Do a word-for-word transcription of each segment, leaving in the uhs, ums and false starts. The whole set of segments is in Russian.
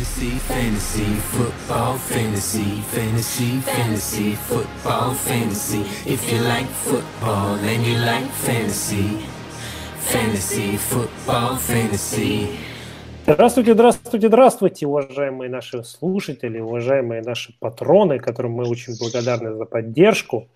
Fantasy, fantasy, football, fantasy, fantasy, fantasy, football, fantasy. If you like football and you like fantasy, fantasy, football, fantasy. Здравствуйте, здравствуйте, здравствуйте, уважаемые наши слушатели, уважаемые наши патроны, которым мы очень благодарны за поддержку.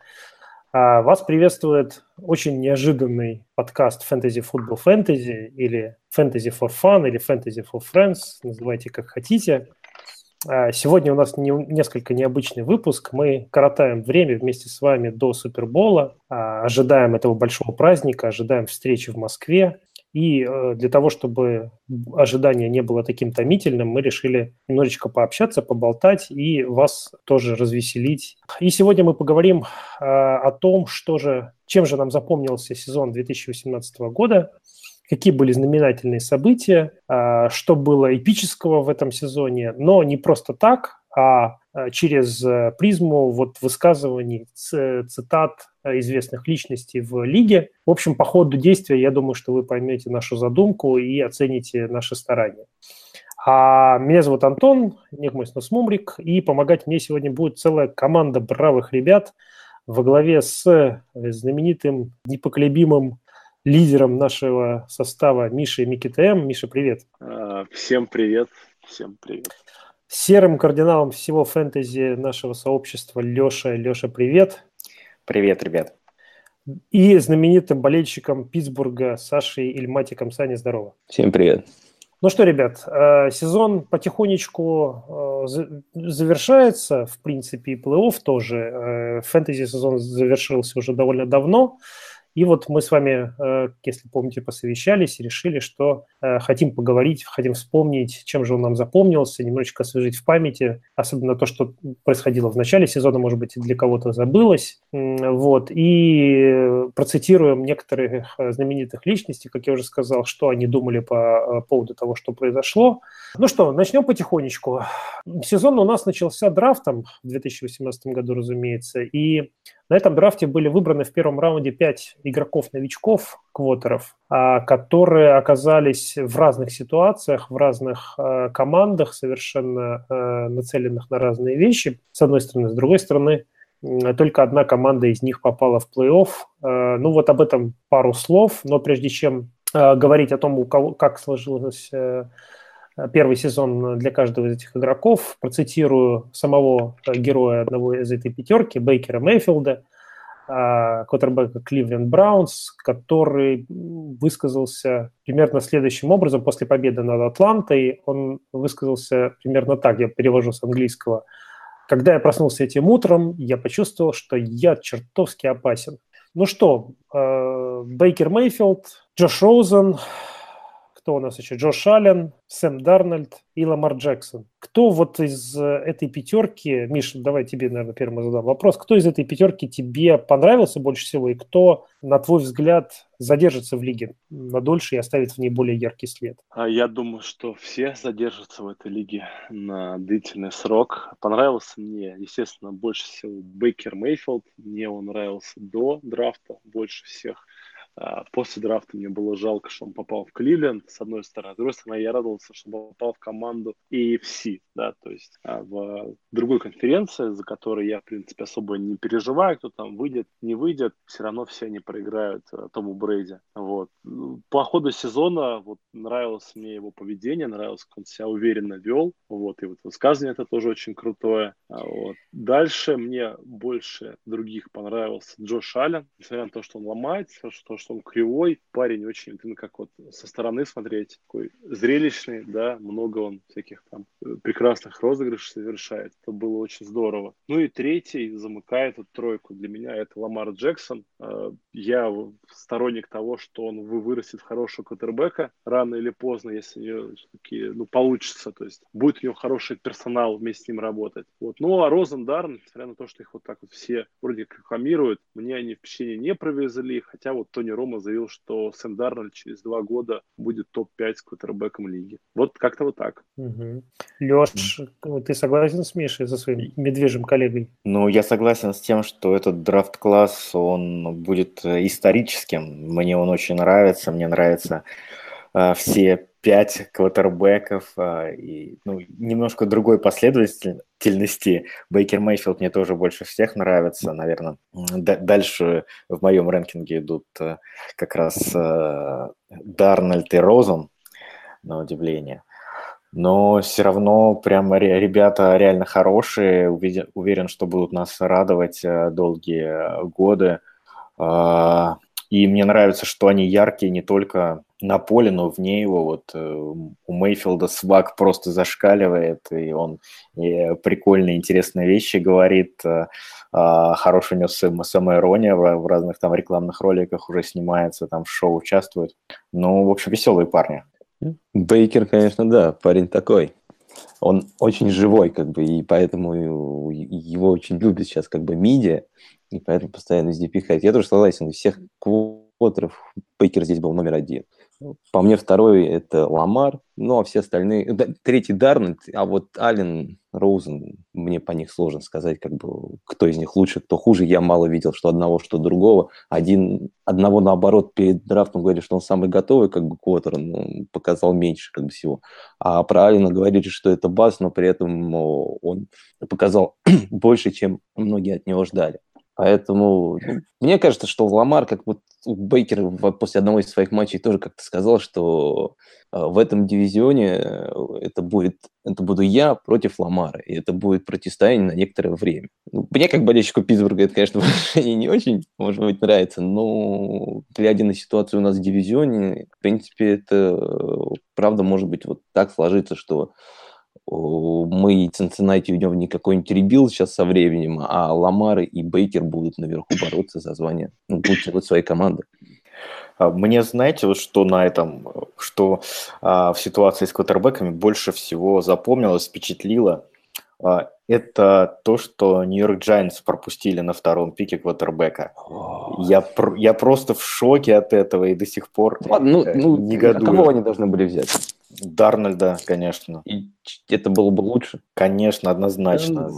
Вас приветствует очень неожиданный подкаст Fantasy Football Fantasy или Fantasy for Fun или Fantasy for Friends, называйте как хотите. Сегодня у нас не, несколько необычный выпуск. Мы коротаем время вместе с вами до Супербола, ожидаем этого большого праздника, ожидаем встречи в Москве. И для того, чтобы ожидание не было таким томительным, мы решили немножечко пообщаться, поболтать и вас тоже развеселить. И сегодня мы поговорим о том, что же, чем же нам запомнился сезон две тысячи восемнадцатого года, какие были знаменательные события, что было эпического в этом сезоне, но не просто так, а через призму вот высказываний, цитат известных личностей в лиге. В общем, по ходу действия, я думаю, что вы поймете нашу задумку и оцените наши старания. А меня зовут Антон, ник мой снос Мумрик, и помогать мне сегодня будет целая команда бравых ребят во главе с знаменитым, непоколебимым лидером нашего состава Мишей Микитем. Миша, привет. Всем привет, всем привет. Серым кардиналом всего фэнтези нашего сообщества Леша. Леша, привет. Привет, ребят. И знаменитым болельщиком Питтсбурга Сашей Ильматиком. Саня, здорово. Всем привет. Ну что, ребят, сезон потихонечку завершается, в принципе, и плей-офф тоже. Фэнтези-сезон завершился уже довольно давно. И вот мы с вами, если помните, посовещались и решили, что хотим поговорить, хотим вспомнить, чем же он нам запомнился, немножечко освежить в памяти, особенно то, что происходило в начале сезона, может быть, и для кого-то забылось. Вот. И процитируем некоторых знаменитых личностей, как я уже сказал, что они думали по поводу того, что произошло. Ну что, начнем потихонечку. Сезон у нас начался драфтом в две тысячи восемнадцатом году, разумеется, и на этом драфте были выбраны в первом раунде пять игроков-новичков, квотеров, которые оказались в разных ситуациях, в разных командах, совершенно нацеленных на разные вещи, с одной стороны. С другой стороны, только одна команда из них попала в плей-офф. Ну вот об этом пару слов, но прежде чем говорить о том, у кого, как сложилось первый сезон для каждого из этих игроков, процитирую самого героя одного из этой пятерки, Бейкера Мейфилда, квотербека Кливленд Браунс, который высказался примерно следующим образом после победы над Атлантой. Он высказался примерно так, я перевожу с английского. «Когда я проснулся этим утром, я почувствовал, что я чертовски опасен». Ну что, Бейкер Мейфилд, Джош Роузен, кто у нас еще? Джош Аллен, Сэм Дарнольд и Ламар Джексон. Кто вот из этой пятерки, Миша, давай тебе, наверное, первым задам вопрос, кто из этой пятерки тебе понравился больше всего и кто, на твой взгляд, задержится в лиге надольше и оставит в ней более яркий след? Я думаю, что все задержатся в этой лиге на длительный срок. Понравился мне, естественно, больше всего Бейкер Мейфилд. Мне он нравился до драфта больше всех. После драфта мне было жалко, что он попал в Кливленд, с одной стороны. С другой стороны, я радовался, что он попал в команду эй эф си, да, то есть в другой конференции, за которой я, в принципе, особо не переживаю, кто там выйдет, не выйдет, все равно все они проиграют Тому Брейди. Вот. По ходу сезона вот, нравилось мне его поведение, нравилось, как он себя уверенно вел, вот, и вот высказывание это тоже очень крутое. Вот. Дальше мне больше других понравился Джош Аллен, несмотря на то, что он ломается, что что он кривой, парень очень, ну, как вот со стороны смотреть, такой зрелищный, да, много он всяких там прекрасных розыгрышей совершает, это было очень здорово. Ну и третий замыкает эту тройку для меня, это Ламар Джексон. Я сторонник того, что он вырастет в хорошего квотербека рано или поздно, если все-таки, ну, получится, то есть будет у него хороший персонал вместе с ним работать. Вот. Ну а Розен Дарн, несмотря на то, что их вот так вот все вроде как рекламируют, мне они впечатление не провезли, хотя вот Тони Рома заявил, что Сэм Дарнольд через два года будет топ пять с квотербеком лиги. Вот как-то вот так. Угу. Леш, ты согласен с Мишей, со своим медвежьим коллегой? Ну, я согласен с тем, что этот драфт-класс, он будет историческим. Мне он очень нравится. Мне нравится а, все пять квотербеков а, и ну, немножко другой последовательности. Бейкер Мейфилд мне тоже больше всех нравится, наверное. Д- дальше в моем рэнкинге идут а, как раз а, Дарнольд и Розен, на удивление. Но все равно прям ре- ребята реально хорошие. Увидя- Уверен, что будут нас радовать а, долгие годы. А, И мне нравится, что они яркие не только на поле, но вне его. Вот э, у Мейфилда сваг просто зашкаливает, и он и прикольные, интересные вещи говорит. э, а, Хорошая у него сам- самоирония в в разных там рекламных роликах уже снимается, там в шоу участвует. Ну, в общем, веселые парни. Бейкер, конечно, да, парень такой. Он очень живой, как бы, и поэтому его очень любят сейчас, как бы, медиа, и поэтому постоянно везде пихает. Я тоже согласен, из всех квотеров Бейкер здесь был номер один. По мне второй это Ламар, ну а все остальные... да, третий Дарнольд, а вот Аллен, Роузен, мне по них сложно сказать, как бы, кто из них лучше, кто хуже. Я мало видел, что одного, что другого. Один, одного, наоборот, перед драфтом говорили, что он самый готовый, как бы, квотер, ну, показал меньше, как бы, всего. А про Аллена говорили, что это бас, но при этом он показал больше, чем многие от него ждали. Поэтому ну, мне кажется, что Ламар, как вот Бейкер после одного из своих матчей тоже как-то сказал, что э, в этом дивизионе это будет, это буду я против Ламара, и это будет противостояние на некоторое время. Ну, мне, как болельщику Питтсбурга, это, конечно, выражение не очень, может быть, нравится, но глядя на ситуацию у нас в дивизионе, в принципе, это правда может быть вот так сложиться, что мы и Цинциннати уйдем в не какой-нибудь ребилд сейчас со временем, а Ламар и Бейкер будут наверху бороться за звание. Ну, будут тянуть свои команды. Мне, знаете, вот что на этом, что а, в ситуации с квотербеками больше всего запомнилось, впечатлило, а, это то, что Нью-Йорк Джайантс пропустили на втором пике квотербека. Я, я просто в шоке от этого и до сих пор Ладно, ну, ну, негодую. А кого они должны были взять? Дарнольда, конечно. И это было бы лучше? Конечно, однозначно.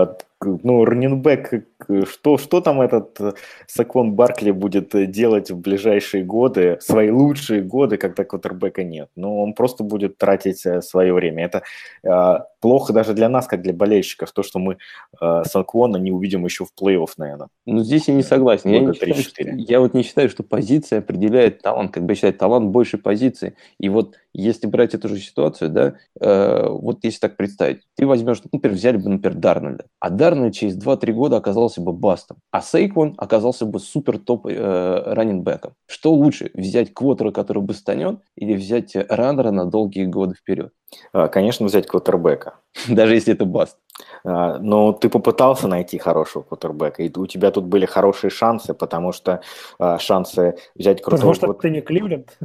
Ну, раннинбэк, что, что там этот Саквон Баркли будет делать в ближайшие годы, свои лучшие годы, когда квотербека нет? Ну, он просто будет тратить свое время. Это э, плохо даже для нас, как для болельщиков, то, что мы э, Саквона не увидим еще в плей-офф, наверное. Ну, здесь я не согласен. Я, не считаю, что, я вот не считаю, что позиция определяет талант. Как бы я считаю, талант больше позиции. И вот если брать эту же ситуацию, да, э, вот если так представить, ты возьмешь, например, взяли бы, например, Дарнольда, а Дарнольд через два-три года оказался бы бастом, а Сейквон оказался бы супер топ э, раннинбэком. Что лучше, взять квотера, который бастанет, или взять раннера на долгие годы вперед? Конечно, взять квотербека. Даже если это баст. Но ты попытался найти хорошего квотербека, и у тебя тут были хорошие шансы, потому что а, шансы взять крутого... Потому что ты не Кливленд.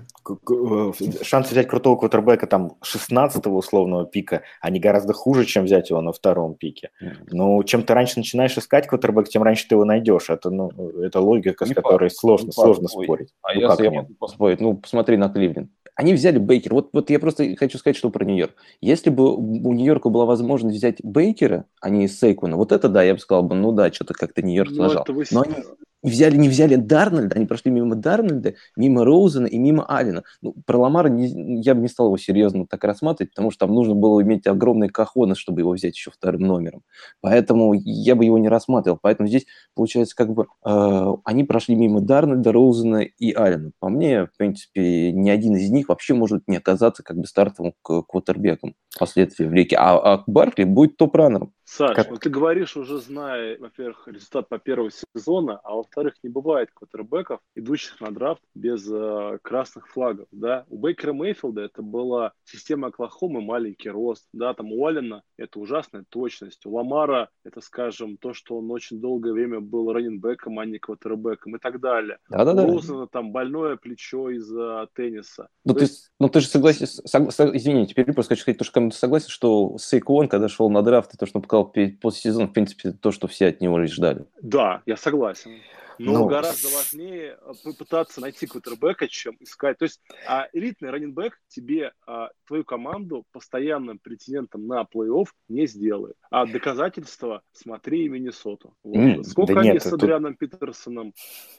Шансы взять крутого квотербека там шестнадцатого условного пика, они гораздо хуже, чем взять его на втором пике. Но чем ты раньше начинаешь искать квотербека, тем раньше ты его найдешь. Это, ну, это логика, не с которой факт, сложно, не сложно факт. спорить. А ну, я, как я нет? могу поспорить. Ну, посмотри на Кливленд. Они взяли Бейкера. Вот, вот я просто хочу сказать, что про Нью-Йорк. Если бы у Нью-Йорка была возможность взять Бейкера, а не Сейквона, вот это да, я бы сказал бы, ну да, что-то как-то Нью-Йорк сложал. Вы... Но они взяли, не взяли Дарнольда, они прошли мимо Дарнольда, мимо Роузена и мимо Аллена. Ну, про Ламара не, я бы не стал его серьезно так рассматривать, потому что там нужно было иметь огромный кахонес, чтобы его взять еще вторым номером. Поэтому я бы его не рассматривал. Поэтому здесь, получается, как бы э, они прошли мимо Дарнольда, Роузена и Аллена. По мне, в принципе, ни один из них вообще может не оказаться как бы стартовым квотербеком впоследствии в лиге. А, а Баркли будет топ-раннером. Саш, как... ну ты говоришь, уже зная, во-первых, результат по первого сезона, а во-вторых, не бывает квотербеков, идущих на драфт без э, красных флагов, да. У Бейкера Мейфилда это была система Оклахомы, маленький рост, да, там у Аллена это ужасная точность, у Ламара это, скажем, то, что он очень долгое время был раннинбеком, а не квотербеком и так далее. Да-да-да. У Роузена там больное плечо из-за тенниса. Ну ты, есть... ну, ты же согласен, сог, сог, извини, теперь просто хочу сказать, то, что ты согласен, что Сейквон, когда шел на драфт, и то, что он показал после сезона, в принципе, то, что все от него ждали. Да, я согласен. Но Ну, гораздо важнее попытаться найти квотербека, чем искать. То есть а, элитный раннинбэк тебе а, твою команду постоянным претендентом на плей-офф не сделает. А доказательства смотри Миннесоту. Вот. М, Сколько да они нет, с тут Адрианом Петерсоном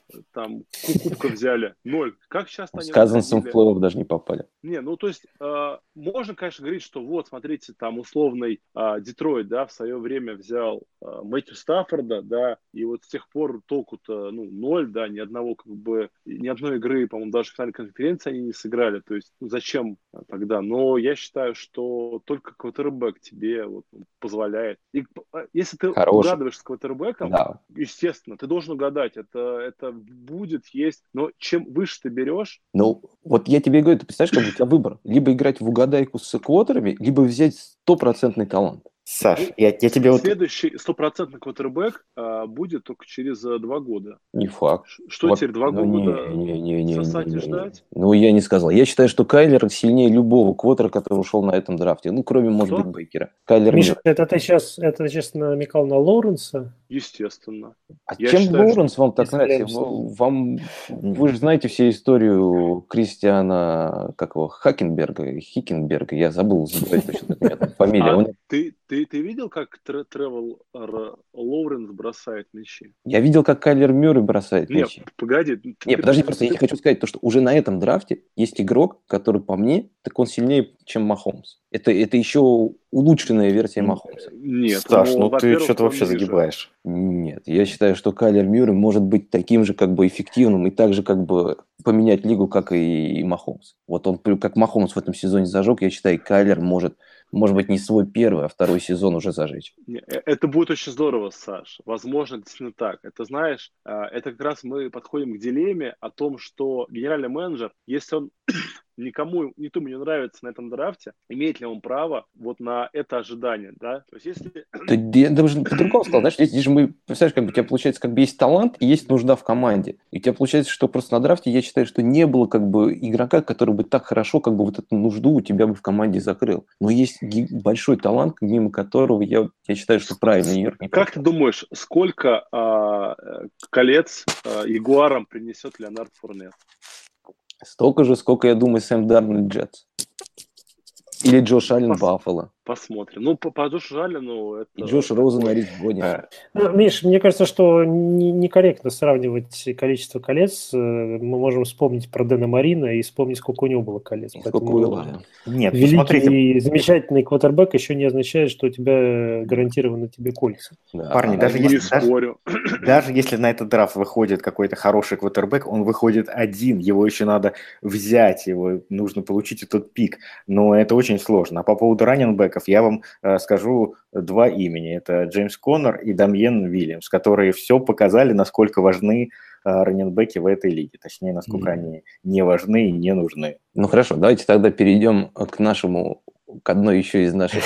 там ку- кубка взяли? Ноль. Как часто С они Казансом в выходили? плей-офф даже не попали. Не, ну то есть э, можно, конечно, говорить, что вот, смотрите, там условный э, Детройт, да, в свое время взял э, Мэтью Стаффорда, да, и вот с тех пор толку-то, ну, ноль, да, ни одного, как бы, ни одной игры, по-моему, даже в финальной конференции они не сыграли, то есть, ну, зачем тогда? Но я считаю, что только квотербек тебе вот, позволяет. И э, если ты Хороший. угадываешь с квотербеком, Да. естественно, ты должен угадать, это, это будет, есть, но чем выше ты берешь, Ну, вот я тебе говорю, ты представляешь, как бы у тебя выбор. Либо играть в угадайку с квотерами, либо взять стопроцентный талант. Саш, ну, я, я тебе вот... следующий стопроцентный квотербек а, будет только через а, два года. Не факт. Ш- Что Вот, теперь, два ну, не, года не, не, не, сосать не, и не, ждать? Ну, я не сказал. Я считаю, что Кайлер сильнее любого квотера, который ушел на этом драфте. Ну, кроме, может Кто? быть, Бейкера. Кайлер Миша, Мюррей. это ты сейчас, это ты сейчас намекал на Лоуренса Естественно. А Я чем считаю, что Лоуренс вам так из нравится? Клемсона? Вы- Вам, вы же знаете все историю Кристиана, как его, Хакенберга, Хикенберга, я забыл, забывать точно, как у него там фамилия. А Он- ты, ты, ты видел, как Тре- Тревел Р- Лоуренс бросает мячи? Я видел, как Кайлер Мюррей бросает Не, мячи. погоди. ты- Не, ты- подожди, ты- просто я ты- тебе хочу сказать, то, что уже на этом драфте есть игрок, который, по мне, так он сильнее, чем Махомс. Это, это еще улучшенная версия Махомса. Нет, Саш, он, ну ты во-первых, что-то он вообще ниже. загибаешь. Нет, я считаю, что Кайлер Мюррей может быть таким же как бы эффективным и так же как бы поменять лигу, как и Махомс. Вот он, как Махомс в этом сезоне зажег, я считаю, Кайлер может, может быть, не свой первый, а второй сезон уже зажечь. Не, э, Это будет очень здорово, Саш. Возможно, действительно так. Это, знаешь, а, это как раз мы подходим к дилемме о том, что генеральный менеджер, если он никому, никому не нравится на этом драфте, имеет ли он право вот на это ожидание, да? То есть если... То я даже по-другому сказал, знаешь, здесь же мы, представляешь, как бы у тебя получается, как бы есть талант и есть нужда в команде. И у тебя получается, что просто на драфте, я считаю, что не было как бы игрока, который бы так хорошо как бы вот эту нужду у тебя бы в команде закрыл. Но есть ги- большой талант, мимо которого я, я считаю, что правильно Нью-Йорк не Как ты прошел. думаешь, сколько а, э, колец а, Ягуарам принесет Леонард Фурнет? Столько же, сколько, я думаю, Сэм Дарнольд Джетс. Или Джош Аллен Пос- Баффало. Посмотрим. Ну, по, по Джошу Аллену это... И Джош Розен такой- Аризоне. А, Ну, Миш, мне кажется, что не- некорректно сравнивать количество колец. Э, Мы можем вспомнить про Дэна Марина и вспомнить, сколько у него было колец. И сколько Поэтому у Илая. Нет, великий посмотрите, и замечательный квотербек еще не означает, что у тебя гарантированно тебе кольца. Да. Парни, даже Не если, даже, спорю. даже если на этот драфт выходит какой-то хороший квотербек, он выходит один, его еще надо взять, его нужно получить этот пик, но это очень сложно. А по поводу раннинбеков я вам э, скажу два имени. Это Джеймс Коннор и Дамьен Уильямс, которые все показали, насколько важны э, раннинбеки в этой лиге. Точнее, насколько Мгм. они не важны и не нужны. Ну хорошо, давайте тогда перейдем к нашему, к одной еще из наших...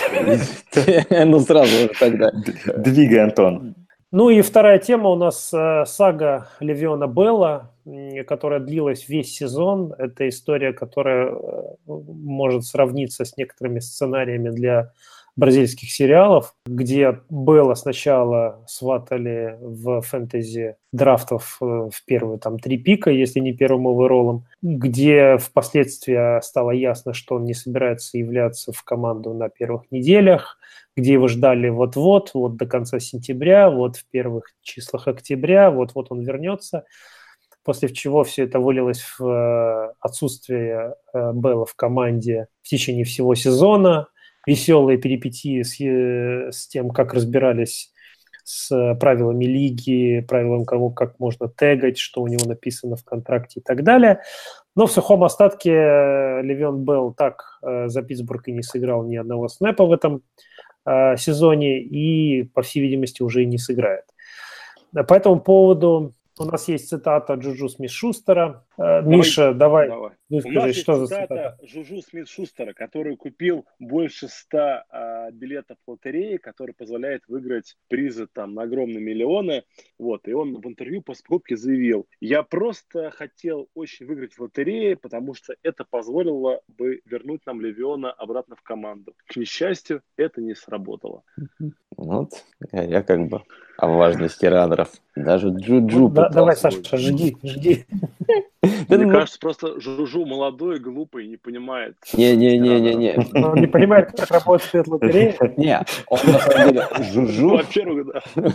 Ну сразу же тогда. Двигай, Антон. Ну и вторая тема у нас э, сага Левиона Белла, м, которая длилась весь сезон. Это история, которая э, может сравниться с некоторыми сценариями для бразильских сериалов, где Белла сначала сватали в фэнтези драфтов э, в первые там три пика, если не первым овероллом, где впоследствии стало ясно, что он не собирается являться в команду на первых неделях, где его ждали вот-вот, вот до конца сентября, вот в первых числах октября, вот-вот он вернется, после чего все это вылилось в э, отсутствие э, Белла в команде в течение всего сезона, веселые перипетии с, э, с тем, как разбирались с правилами лиги, правилам кого как можно тегать, что у него написано в контракте и так далее. Но в сухом остатке э, Левион Белл так э, за Питтсбург и не сыграл ни одного снэпа в этом э, сезоне и, по всей видимости, уже и не сыграет. По этому поводу у нас есть цитата Джуджу Смит-Шустера, Э, Миша, давай, давай. выскажи, У нас есть что за цитата цитата? Жужу Смит-Шустера, который купил больше ста а, билетов в лотерее, который позволяет выиграть призы там на огромные миллионы. Вот. И он в интервью после покупки заявил: я просто хотел очень выиграть в лотерее, потому что это позволило бы вернуть нам Левиона обратно в команду. К несчастью, это не сработало. Вот, я, я как бы о важности раннеров. Даже Джуджу Вот, да, давай, пытался. Саша, жги, жги. Да Мне ну, кажется, просто Жужу молодой, глупый, не понимает. Не-не-не-не-не. Он не понимает, как работает лотерея. Не, он на самом деле Жужу. Во-первых, да.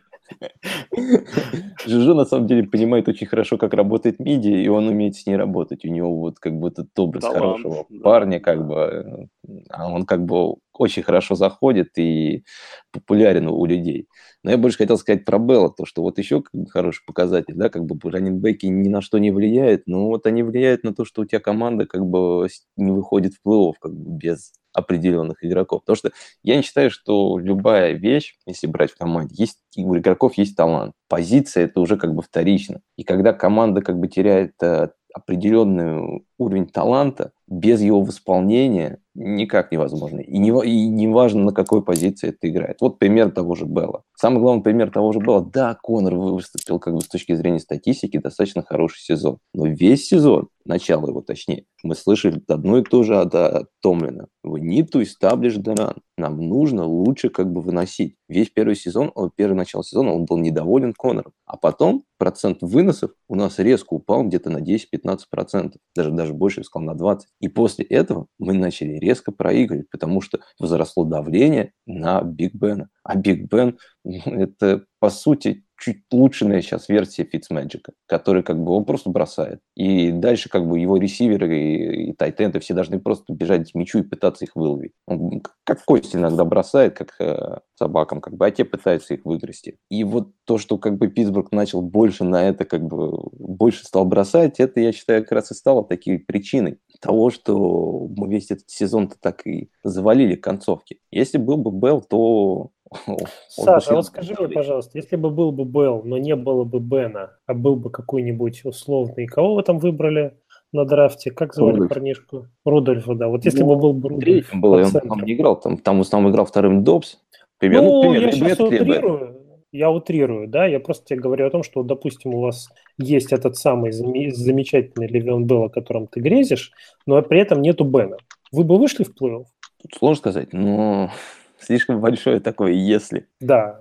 Жужу на самом деле понимает очень хорошо, как работает медиа, и он умеет с ней работать. У него вот как бы этот образ Талант, хорошего да, парня, как да. бы, а он как бы очень хорошо заходит и популярен у людей. Но я больше хотел сказать про Белла, то, что вот еще как бы хороший показатель, да, как бы раннинбеки ни на что не влияют, но вот они влияют на то, что у тебя команда как бы не выходит в плей-офф как бы без определенных игроков. Потому что я не считаю, что любая вещь, если брать в команде, есть, у игроков есть талант. Позиция – это уже как бы вторично. И когда команда как бы теряет э, определенный уровень таланта, без его восполнения никак невозможно. И не, и не важно, на какой позиции это играет. Вот пример того же Белла. Самый главный пример того же Белла. Да, Конор выступил как бы с точки зрения статистики достаточно хороший сезон. Но весь сезон, начало его точнее, мы слышали одно и то же от, от Томлина. We need to establish the run. Нам нужно лучше как бы выносить. Весь первый сезон, первое начало сезона он был недоволен Конором. А потом процент выносов у нас резко упал где-то на десять-пятнадцать процентов. Даже, даже больше, я сказал, на двадцать процентов. И после этого мы начали резко проигрывать, потому что возросло давление на Биг Бена. А Биг Бен – это, по сути, чуть улучшенная сейчас версия Фитцмэджика, который как бы он просто бросает. И дальше как бы его ресиверы и, и тайтенды все должны просто бежать к мячу и пытаться их выловить. Он как кость иногда бросает, как э, собакам, как бы, а те пытаются их выгрести. И вот то, что как бы Питтсбург начал больше на это, как бы больше стал бросать, это, я считаю, как раз и стало такой причиной того, что мы весь этот сезон-то так и завалили к концовке. Если был бы Белл, то... Саша, а вот скажи мне, пожалуйста, если бы был бы Белл, но не было бы Бена, а был бы какой-нибудь условный, кого вы там выбрали на драфте? Как звали Рудольф. парнишку? Рудольфа, да. Вот если Ну, бы был бы Рудольф третьим был, по он центру. там не играл, там, там в основном играл вторым Добс. Пример, Ну, ну, пример, я либо сейчас это, либо это. утрирую, я утрирую, да, я просто тебе говорю о том, что, допустим, у вас есть этот самый зам- замечательный Левион Белл, о котором ты грезишь, но при этом нету Бена. Вы бы вышли в плей-офф? Тут сложно сказать, но слишком большое такое «если». Да.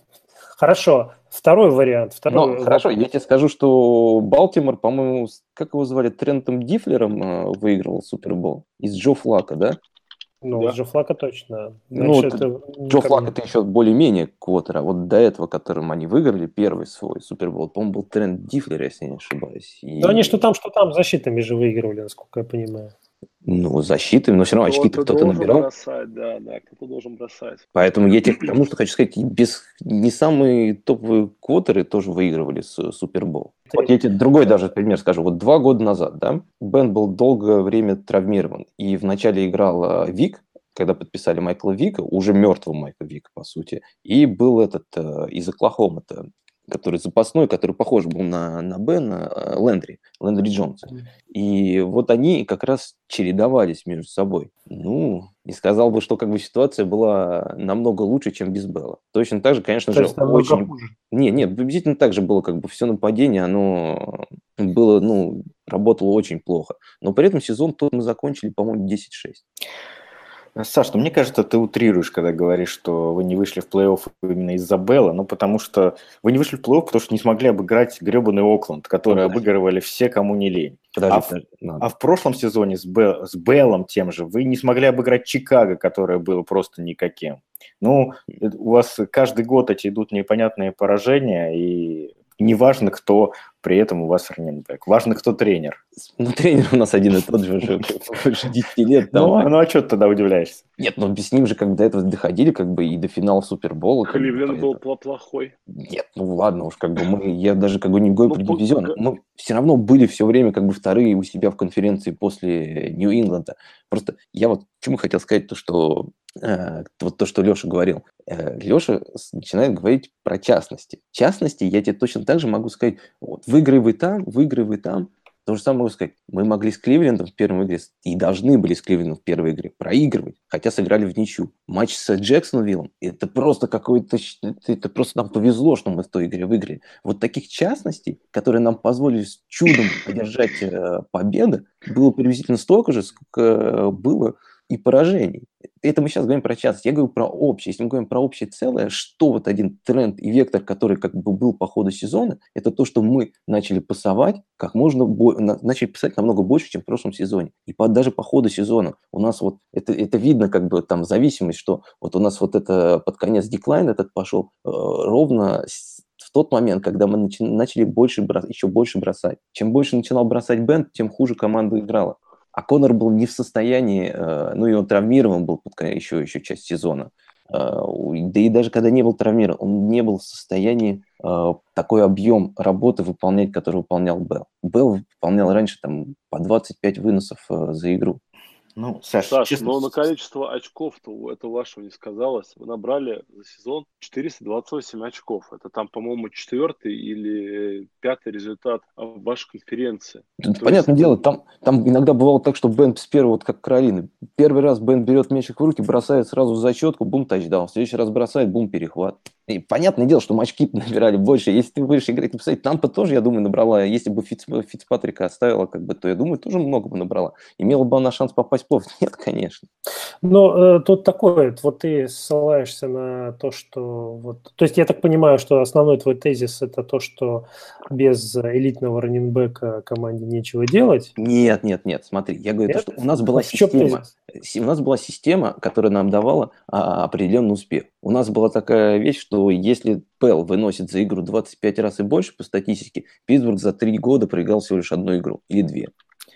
Хорошо. Второй вариант. Второй Ну, хорошо, я тебе скажу, что Балтимор, по-моему, с- как его звали, Трентом Дифлером э, выиграл Супербол из Джо Флака, да? Ну, Да. с Джо Флака точно. Ну, Дальше вот это Джо никак Флак не- это еще более-менее квотер, а вот до этого, которым они выиграли первый свой Супербол, по-моему, был Трент Дифлер, если я не ошибаюсь. И... Да они что там, что там защитами же выигрывали, насколько я понимаю. Ну, защитой, но все равно очки-то Кто-то кто-то должен набирал. бросать, да, да, кто-то должен бросать. Поэтому я тебе потому что хочу сказать, без не самые топовые квотеры тоже выигрывали с Супербол. Вот я тебе другой даже пример скажу. Вот два года назад, да, Бен был долгое время травмирован. И вначале играл э, Вик, когда подписали Майкла Вика, уже мертвого Майкла Вика, по сути. И был этот э, из Оклахомы-то, который запасной, который похож был на, на Бена, э, Лэндри, Лэндри Джонс. И вот они как раз чередовались между собой. Ну, не сказал бы, что как бы ситуация была намного лучше, чем без Белла. Точно так же, конечно То же, есть намного очень... хуже. Не, нет, приблизительно так же было, как бы все нападение, оно было, ну, работало очень плохо. Но при этом сезон тот мы закончили, по-моему, десять шесть. Саш, ну мне кажется, ты утрируешь, когда говоришь, что вы не вышли в плей-офф именно из-за Белла, ну потому что вы не вышли в плей-офф, потому что не смогли обыграть гребаный Окленд, который Ну, подожди. обыгрывали все, кому не лень. Подожди, А в- подожди, надо. А в прошлом сезоне с, Бел- с Беллом тем же вы не смогли обыграть Чикаго, которое было просто никаким. Ну, э, у вас каждый год эти идут непонятные поражения, и неважно, кто при этом у вас раннинбэк. Важно, кто тренер. Ну, тренер у нас один и тот же уже больше десяти лет. Там. Ну, ну, а что ты тогда удивляешься? Нет, но с ним же как бы до этого доходили как бы и до финала Супербола. как бы, Кливленд был поэтому- пла- плохой. Нет, ну ладно уж, как бы мы, я даже как бы не говорю Ну, про по- дивизион, пога- мы все равно были все время как бы вторые у себя в конференции после Нью-Ингланда. Просто я вот чему хотел сказать, то что э, вот то, что Леша говорил. Э, Леша с- начинает говорить про частности. Частности я тебе точно так же могу сказать, вот выигрывай там, выигрывай там. То же самое могу сказать. Мы могли с Кливлендом в первой игре и должны были с Кливлендом в первой игре проигрывать, хотя сыграли в ничью. Матч с Джексонвиллом – это просто какой-то… Это просто нам повезло, что мы в той игре выиграли. Вот таких частностей, которые нам позволили с чудом одержать э, победы, было приблизительно столько же, сколько э, было и поражений. Это мы сейчас говорим про частность. Я говорю про общее. Если мы говорим про общее целое, что вот один тренд и вектор, который как бы был по ходу сезона, это то, что мы начали пасовать как можно бо- начали писать намного больше, чем в прошлом сезоне. И по, даже по ходу сезона у нас вот это, это видно как бы там зависимость, что вот у нас вот это под конец деклайн этот пошел э, ровно с, в тот момент, когда мы начи- начали больше брос- еще больше бросать. Чем больше начинал бросать Бен, тем хуже команда играла. А Конор был не в состоянии, ну и он травмирован был под еще, еще часть сезона. Да и даже когда не был травмирован, он не был в состоянии такой объем работы выполнять, который выполнял Белл. Белл выполнял раньше там, по двадцать пять выносов за игру. Ну, Саш, Саш честно... но на количество очков-то это вашего не сказалось. Вы набрали за сезон четыреста двадцать восемь очков. Это там, по-моему, четвертый или пятый результат в вашей конференции. Понятное есть... дело, там, там иногда бывало так, что Бен с первого, вот как Каролина. Первый раз Бен берет мячик в руки, бросает сразу в зачетку, бум, тачдаун. В следующий раз бросает, бум, перехват. И понятное дело, что мы очки набирали больше. Если ты будешь играть, написать, Тампа тоже, я думаю, набрала. Если бы Фитц, Фицпатрика оставила, как бы, то, я думаю, тоже много бы набрала. Имела бы она шанс попасть в плей-офф? Нет, конечно. Но э, тут такое, вот ты ссылаешься на то, что... Вот, то есть я так понимаю, что основной твой тезис – это то, что без элитного раннинбека команде нечего делать? Нет, нет, нет, смотри. Я говорю, то, что у нас была в чем система. тезис? У нас была система, которая нам давала а, определенный успех. У нас была такая вещь, что если Пэл выносит за игру двадцать пять раз и больше по статистике, Питтсбург за три года проиграл всего лишь одну игру или две.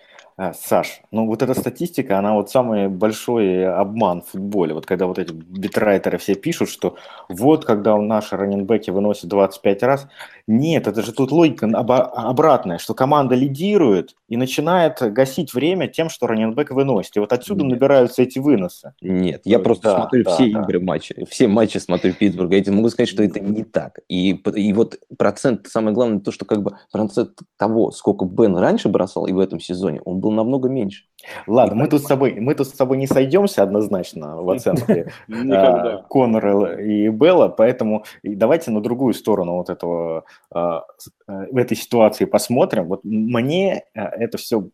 А, Саш, ну вот эта статистика, она вот самый большой обман в футболе. Вот когда вот эти битрайтеры все пишут, что вот когда наши раннинбеки выносят двадцать пять раз. Нет, это же тут логика обратная, что команда лидирует и начинает гасить время тем, что раннинбек выносит. И вот отсюда Нет. набираются эти выносы. Нет, я просто да, смотрю да, все да. игры матча, все матчи смотрю Питтсбурга. Я тебе могу сказать, что это не так. И, и вот процент, самое главное, то, что как бы процент того, сколько Бен раньше бросал и в этом сезоне, он был намного меньше. Ладно, мы тут, с тобой, мы тут с тобой не сойдемся однозначно в оценке Конора и Белла, поэтому давайте на другую сторону вот этого, в этой ситуации посмотрим. Вот мне это все,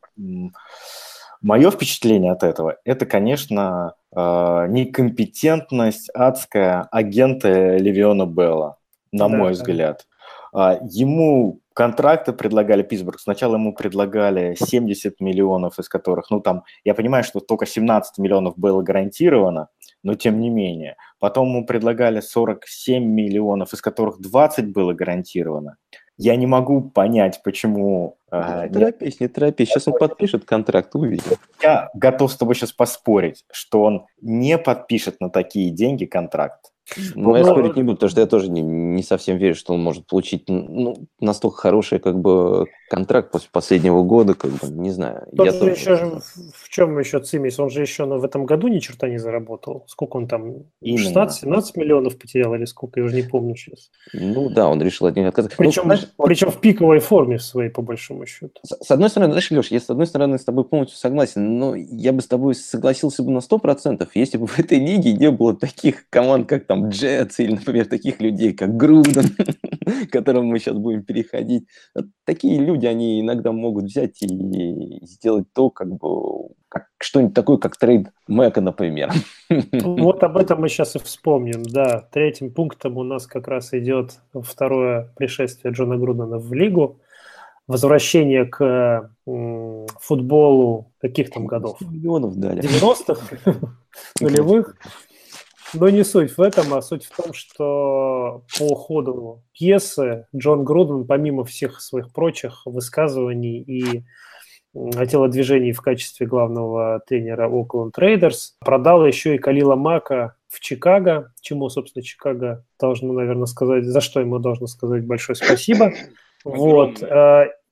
мое впечатление от этого, это, конечно, некомпетентность адская агента Левиона Белла, на мой взгляд. Ему контракты предлагали Питтсбург. Сначала ему предлагали семьдесят миллионов, из которых, ну там, я понимаю, что только семнадцать миллионов было гарантировано, но тем не менее. Потом ему предлагали сорок семь миллионов, из которых двадцать было гарантировано. Я не могу понять, почему... Не торопись, не торопись. Сейчас он подпишет контракт, увидим. Я готов с тобой сейчас поспорить, что он не подпишет на такие деньги контракт. Ну, но... я спорить не буду, потому что я тоже не, не совсем верю, что он может получить ну, настолько хороший как бы контракт после последнего года, как бы, не знаю. Я тоже... еще же, в чем еще цимис? Он же еще ну, в этом году ни черта не заработал. Сколько он там? шестнадцать-семнадцать миллионов потерял или сколько? Я уже не помню сейчас. Ну да, он решил от них отказаться. Причем, ну, знаешь, причем в пиковой форме своей, по большому счету. С, с одной стороны, знаешь, Леш, я с одной стороны с тобой полностью согласен, но я бы с тобой согласился бы на сто процентов, если бы в этой лиге не было таких команд, как там Джетс или, например, таких людей, как Груден, к которым мы сейчас будем переходить. Вот такие люди, они иногда могут взять и сделать то, как бы, как что-нибудь такое, как трейд Мэка, например. Вот об этом мы сейчас и вспомним, да. Третьим пунктом у нас как раз идет второе пришествие Джона Грудена в лигу. Возвращение к м, футболу каких там годов? Миллионов дали. девяностых, нулевых. Но не суть в этом, а суть в том, что по ходу пьесы Джон Груден, помимо всех своих прочих высказываний и телодвижений в качестве главного тренера Oakland Raiders, продал еще и Калила Мака в Чикаго, чему, собственно, Чикаго должно, наверное, сказать, за что ему должно сказать большое спасибо. Вот.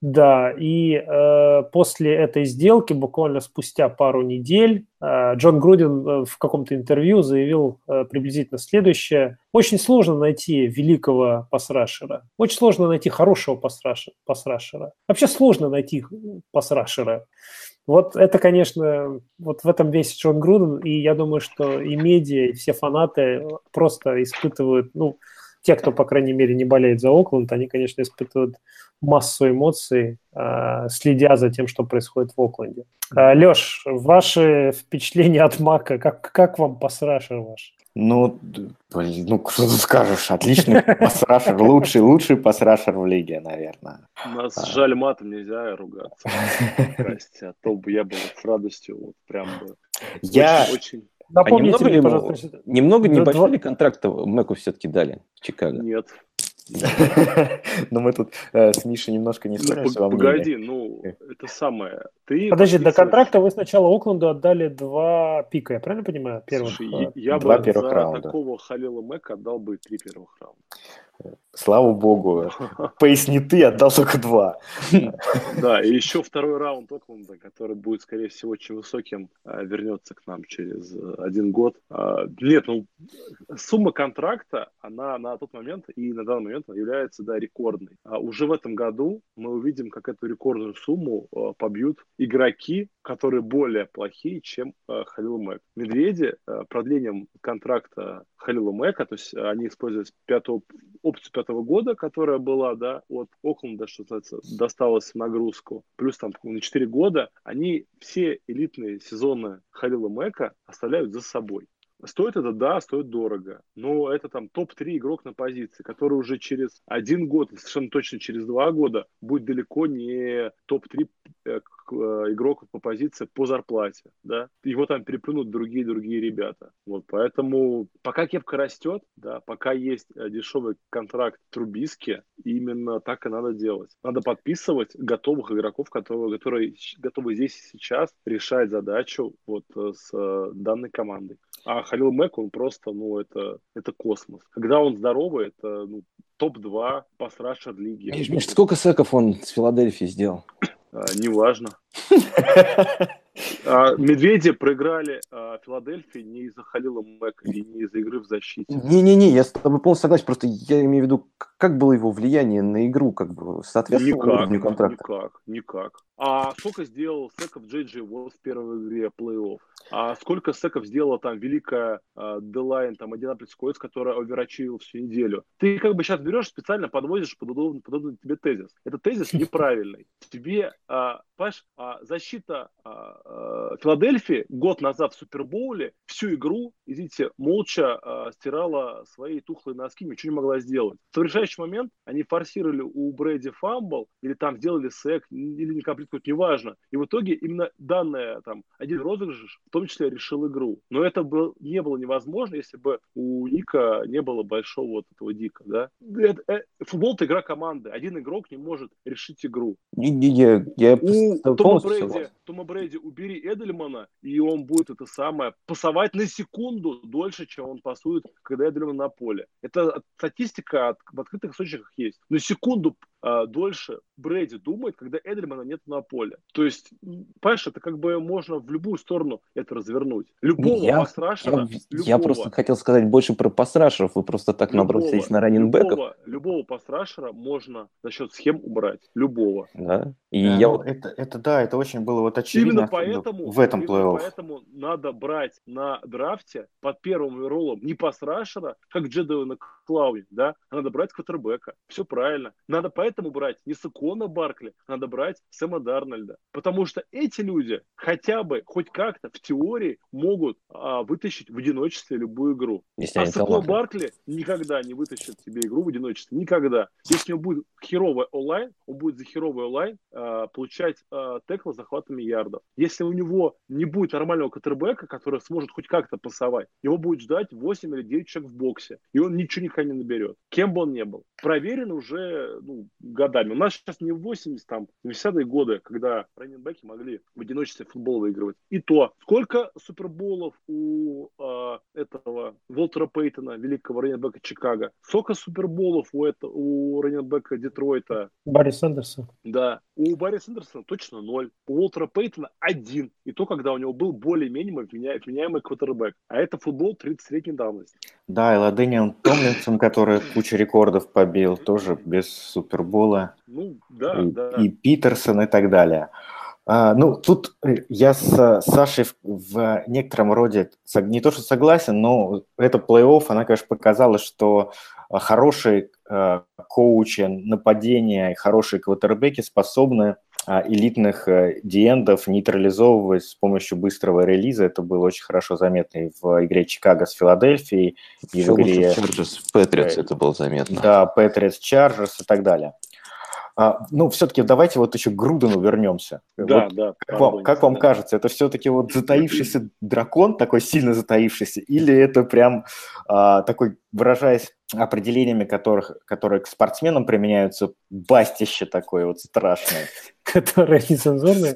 Да, и э, после этой сделки, буквально спустя пару недель, э, Джон Груден э, в каком-то интервью заявил э, приблизительно следующее. Очень сложно найти великого пасрашера. Очень сложно найти хорошего пасрашера. пасрашера. Вообще сложно найти пасрашера. Вот это, конечно, вот в этом весь Джон Груден, и я думаю, что и медиа, и все фанаты просто испытывают, ну, те, кто, по крайней мере, не болеет за Окленд, они, конечно, испытывают массу эмоций, э, следя за тем, что происходит в Окленде. Э, Леш, ваши впечатления от Мака, как, как вам пасрашер ваш? Ну, блин, ну что ты скажешь, отличный пасрашер, лучший, лучший пасрашер в лиге, наверное. Нас а... жаль, матом нельзя ругаться. Прости, а то бы я был с радостью, вот прям бы. Я... Очень... А немного ли, пожалуйста, немного небольшой ли контракт Мэку все-таки дали в Чикаго? Нет. Но мы тут с Мишей немножко не ссоримся во мнении. Погоди, ну, это самое. Подожди, до контракта вы сначала Окленду отдали два пика, я правильно понимаю? Я бы за такого Халила Мэка отдал бы три первых раунда. Слава богу, поясни ты, отдал только два. Да, и еще второй раунд Окленда, который будет, скорее всего, очень высоким, вернется к нам через один год. Нет, ну, сумма контракта, она на тот момент и на данный момент является, да, рекордной. А уже в этом году мы увидим, как эту рекордную сумму побьют игроки, которые более плохие, чем Халил Мэк. Медведи продлением контракта Халила Мэка, то есть они используют пятую, опцию пятого года, которая была, да, от Окленда, что называется, досталась в нагрузку, плюс там на четыре года, они все элитные сезоны Халила Мэка оставляют за собой. Стоит это, да, стоит дорого, но это там топ три игрок на позиции, который уже через один год, совершенно точно через два года, будет далеко не топ три игрок по позиции по зарплате, да, его там переплюнут другие-другие ребята, вот, поэтому пока кепка растет, да, пока есть дешевый контракт Трубиски, именно так и надо делать. Надо подписывать готовых игроков, которые, которые готовы здесь и сейчас решать задачу вот с данной командой. А Халил Мэк, он просто, ну, это, это космос. Когда он здоровый, это, ну, топ два пасрашер лиги. Миш, Миш, сколько секов он с Филадельфии сделал? А, неважно. А, Медведи проиграли а, Филадельфии не из-за Халила Мэка и не из-за игры в защите. Не-не-не, я с тобой полностью согласен, просто я имею в виду, как было его влияние на игру, как бы соответствовало уровню контракта? Никак, никак. А сколько сделал секов Джей Джей Уотт в первой игре плей-офф? А сколько секов сделала там великая Делайн, там, Индианаполис Колтс, которая оверачивила всю неделю? Ты как бы сейчас берешь, специально подводишь под удобный, под удобный тебе тезис. Этот тезис неправильный. Тебе, а, понимаешь, а, защита а, а, Филадельфии год назад в Супербоуле всю игру, извините, молча а, стирала свои тухлые носки, ничего не могла сделать. В решающий момент они форсировали у Брэди фамбл, или там сделали сек, или не комплект, неважно. И в итоге именно данная там один розыгрыш в том числе решил игру. Но это был, не было невозможно, если бы у Ника не было большого вот этого Дика, да? Это, это, футбол — это игра команды. Один игрок не может решить игру. Я, я у Тома Брэди, Тома Брэди убери Эдельмана, и он будет это самое пасовать на секунду дольше, чем он пасует, когда Эдельман на поле. Это статистика от, в открытых источниках есть. На секунду а, дольше Брэди думает, когда Эдельмана нет на поле. То есть, понимаешь, это как бы можно в любую сторону это развернуть. Любого я, пасрашера. Я, любого, я просто хотел сказать больше про пасрашеров. Вы просто так любого, набросились на раннинбеков. Любого, любого пасрашера можно за счет схем убрать. Любого. Да. И да, я ну, вот... это, это да, это очень было вот очевидно. Именно поэтому, в этом плей-офф. Поэтому надо брать на драфте под первым роллом не пасрашера, как Джедеона Клауни, да, а надо брать квотербека. Все правильно. Надо поэтому брать не Сакуона Баркли, надо брать Сэма Дарнольда. Потому что эти люди хотя бы, хоть как-то в теории могут а, вытащить в одиночестве любую игру. Если а Сакуон Баркли никогда не вытащит себе игру в одиночестве. Никогда. Если у него будет херовый онлайн, он будет за херовый онлайн а, получать а, теклы с захватами ярдов. Если у него не будет нормального квотербека, который сможет хоть как-то пасовать, его будет ждать восемь или девять человек в боксе. И он ничего никогда не наберет. Кем бы он ни был. Проверено уже, ну, годами. У нас сейчас не восемьдесят, там, семидесятые годы, когда раннинбеки могли в одиночестве футбол выигрывать. И то, сколько суперболов у э, этого Волтера Пейтона, великого раннинбека Чикаго, сколько суперболов у, это, у раннинбека Детройта? Барри Сэндерсон. Да, у Барри Сэндерсона точно ноль, у Уолтера Пейтона один. И то, когда у него был более-менее вменяемый квотербек. А это футбол тридцатилетней давности. Да, и Ладыниан Томлинсон, который кучу рекордов побил, тоже без супербола. Ну, да, и, да. И Питерсон и так далее. А, ну, тут я с Сашей в, в некотором роде не то что согласен, но это плей-офф, она, конечно, показала, что хорошие э, коучи нападения и хорошие квотербеки способны э, элитных э, диэндов нейтрализовывать с помощью быстрого релиза. Это было очень хорошо заметно и в игре Чикаго с Филадельфией, и в игре... Чарджерс, Патриотс это было заметно. Да, Патриотс, Чарджерс и так далее. А, ну, все-таки давайте вот еще к Грудену вернемся. Да, вот да. Как вам, как вам да. кажется, это все-таки вот затаившийся дракон, такой сильно затаившийся, или это прям а, такой, выражаясь определениями, которых, которые к спортсменам применяются, бастище такое вот страшное? Которое нецензурное.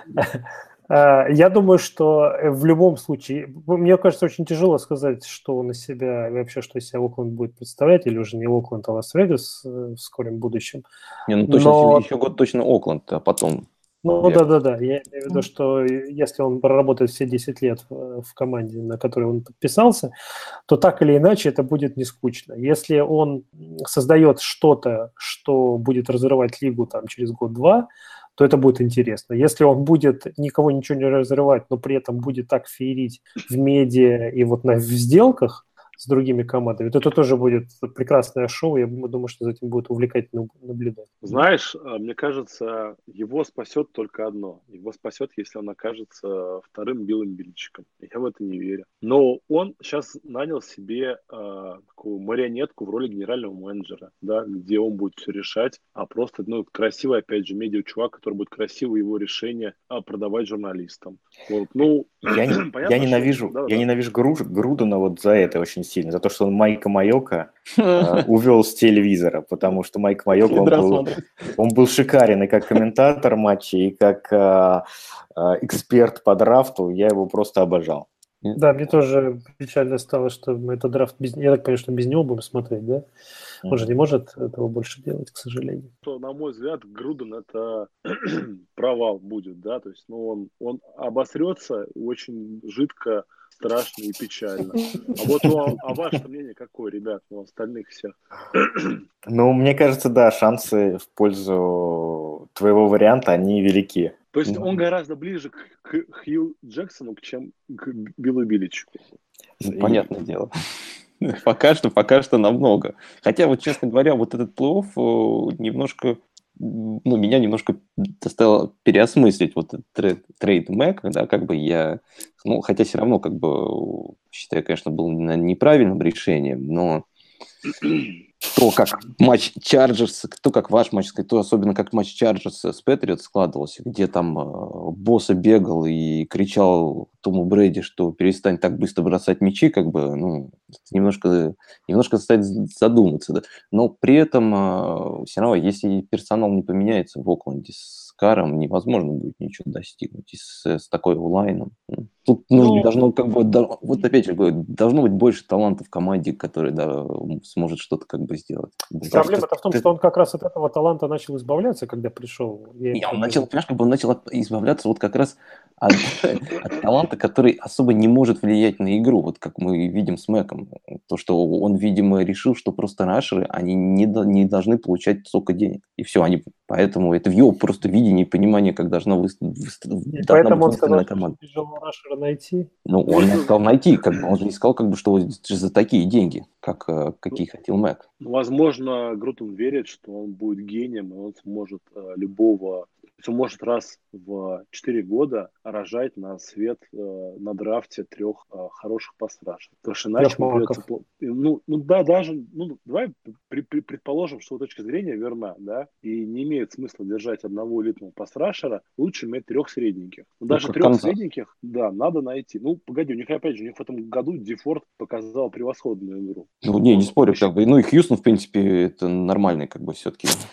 Я думаю, что в любом случае, мне кажется, очень тяжело сказать, что он из себя, вообще, что из себя Окленд будет представлять, или уже не Окленд, а Лас-Вегас в скором будущем. Не, ну точно, Но... еще год точно Окленд, а потом... Ну да-да-да, я имею в виду, что если он проработает все десять лет в команде, на которой он подписался, то так или иначе это будет не скучно. Если он создает что-то, что будет разрывать лигу там через год-два, то это будет интересно. Если он будет никого ничего не разрывать, но при этом будет так феерить в медиа и вот на, в сделках с другими командами, то это тоже будет прекрасное шоу. Я думаю, что за этим будет увлекательно наблюдать. Знаешь, мне кажется, его спасет только одно. Его спасет, если он окажется вторым Биллом Бельчиком. Я в это не верю. Но он сейчас нанял себе э, такую марионетку в роли генерального менеджера, да, где он будет все решать, а просто, ну, красивый, опять же, медиа-чувак, который будет красиво его решения продавать журналистам. Вот. Ну, я, понятно, я ненавижу, что... да, я да. ненавижу Гру, Грудена вот за это очень сильно, за то, что он Майка Майока э, увел с телевизора, потому что Майк Майока, он был, он был шикарен и как комментатор матчей, и как э, э, эксперт по драфту, я его просто обожал. Да, мне тоже печально стало, что мы этот драфт, без... я так понимаю, что без него будем смотреть, да? Он же не может этого больше делать, к сожалению. То, на мой взгляд, Груден это провал будет, да, то есть, ну, он, он обосрется очень жидко, страшно и печально. А вот ну, а ваше мнение какое, ребят, у остальных всех? Ну, мне кажется, да, шансы в пользу твоего варианта, они велики. То есть он гораздо ближе к, к Хью Джексону, чем к Биллу Билличику. Понятное дело. Пока что, пока что намного. Хотя, вот, честно говоря, вот этот плей-офф немножко, ну, меня немножко заставило переосмыслить вот этот трейд, трейд Мэк, да, как бы я, ну, хотя все равно, как бы, считаю, конечно, был неправильным решением, но то, как матч Чарджерс, то, как ваш матч, то особенно как матч Чарджерс с Патриотс складывался, где там э, Босса бегал и кричал Тому Брэди, что перестань так быстро бросать мячи, как бы, ну, немножко, немножко заставит задуматься, да. Но при этом э, все равно, если персонал не поменяется в Окленде с Каром, невозможно будет ничего достигнуть и с, с такой онлайном. Тут ну, ну, должно, как бы, да, вот опять же, должно быть больше талантов в команде, который да, сможет что-то как бы сделать. Проблема-то в том, что он как раз от этого таланта начал избавляться, когда пришел. Я он начал, понимаешь, как бы он начал избавляться вот как раз от, от таланта, который особо не может влиять на игру, вот как мы видим с Мэком. То, что он, видимо, решил, что просто рашеры, они не, не должны получать столько денег. И все, они, поэтому это в его просто видении и понимании, как должна выстроить. Поэтому он сказал, что тяжело рашера найти. Ну, он не сказал найти, как бы, он же не сказал, как бы, что за такие деньги, как, какие хотел Мэк. Возможно, Груден верит, что он будет гением, и он сможет э, любого, он может раз в четыре года рожать на свет э, на драфте трех э, хороших пасрашей. Потому что иначе придется... Ну, ну да, даже, ну давай при, при, предположим, что точка зрения верна, да, и не имеет смысла держать одного элитного пасрашера, лучше иметь трех средненьких. Но даже ну, трех Канзас. Средненьких, да, надо найти. Ну, погоди, у них опять же, у них в этом году Дефорд показал превосходную игру. Ну, не, не спорю, как бы. Ну, и Хьюстон, в принципе, это нормальный, как бы, все-таки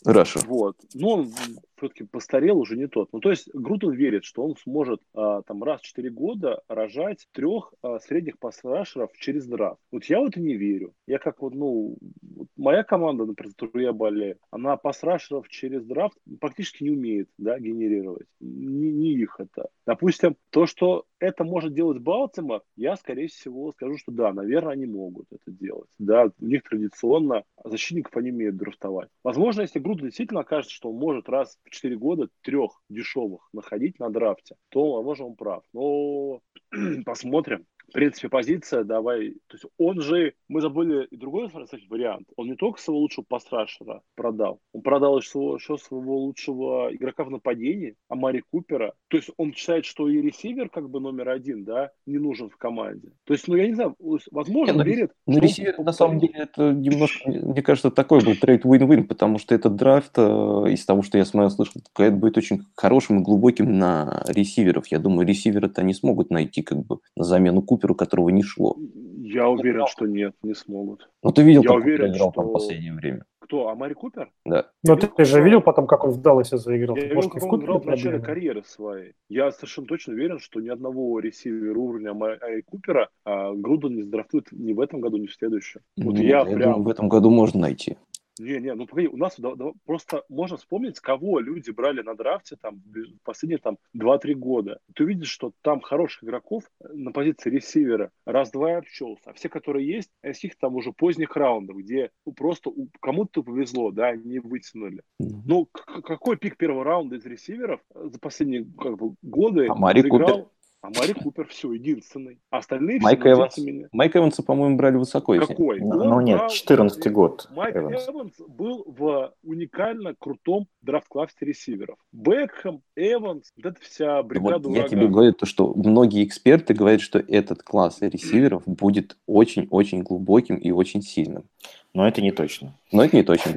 Раша. Вот. Но он все-таки постарел, уже не тот. Ну, то есть Груден верит, что он сможет а, там раз в четыре года рожать трех а, средних пас-рашеров через драфт. Вот я вот и не верю. Я как вот, ну, вот моя команда, например, за которую я болею, она пас-рашеров через драфт практически не умеет, да, генерировать. Не, не их это. Допустим, то, что это может делать Балтимор, я, скорее всего, скажу, что да, наверное, они могут это делать. Да, у них традиционно защитников они умеют драфтовать. Возможно, если Груден действительно окажется, что он может раз в четыре года трех дешевых находить на драфте, то, возможно, он прав. Но посмотрим. В принципе, позиция, давай, то есть он же, мы забыли и другой, кстати, вариант. Он не только своего лучшего пас-рашера продал, он продал еще, еще своего лучшего игрока в нападении, Амари Купера. То есть он считает, что и ресивер как бы номер один, да, не нужен в команде. То есть, ну, я не знаю, возможно, Не, ну, верит, ну, что ресивер, он на самом деле, это немножко, мне кажется, такой был трейд win-win, потому что этот драфт, э, из того, что я смотрел, слышал, это будет очень хорошим и глубоким на ресиверов. Я думаю, ресивера-то они смогут найти как бы на замену Куперу, которого не шло. Я уверен, что нет, не смогут. Ну, ты видел, Я как уверен, он играл что... там в последнее время? Кто, Амари Купер? Да. Но видел, ты же как видел он- потом, как он в Далласе заиграл? Я Тут, видел, может, как не в он играл в Купере начале проблема? карьеры своей. Я совершенно точно уверен, что ни одного ресивера уровня Амари Купера а, Груден не сдрафтует ни в этом году, ни в следующем. Вот Нет, я я прям... думаю, в этом году можно найти. Не-не, ну погоди, у нас да- да, просто можно вспомнить, кого люди брали на драфте там в последние там два-три года. Ты увидишь, что там хороших игроков на позиции ресивера раз-два и обчелся. А все, которые есть, из них там уже поздних раундов, где ну, просто у- кому-то повезло, да, не вытянули. Мгм. Ну, к- какой пик первого раунда из ресиверов за последние как бы, годы Амари заиграл? Амари Купер, все, единственный. А остальные все, Майк ну, извините Эванс. меня. Майк Эванса, по-моему, брали высоко. если- Какой? Ну, Он ну нет, брал... четырнадцатый год. Майк Эванс. Эванс был в уникально крутом драфт-классе ресиверов. Бекхэм, Эванс, вот эта вся Вот бригада я тебе урагана. говорю, то, что многие эксперты говорят, что этот класс ресиверов будет очень-очень глубоким и очень сильным. Но это не точно. Но это не точно.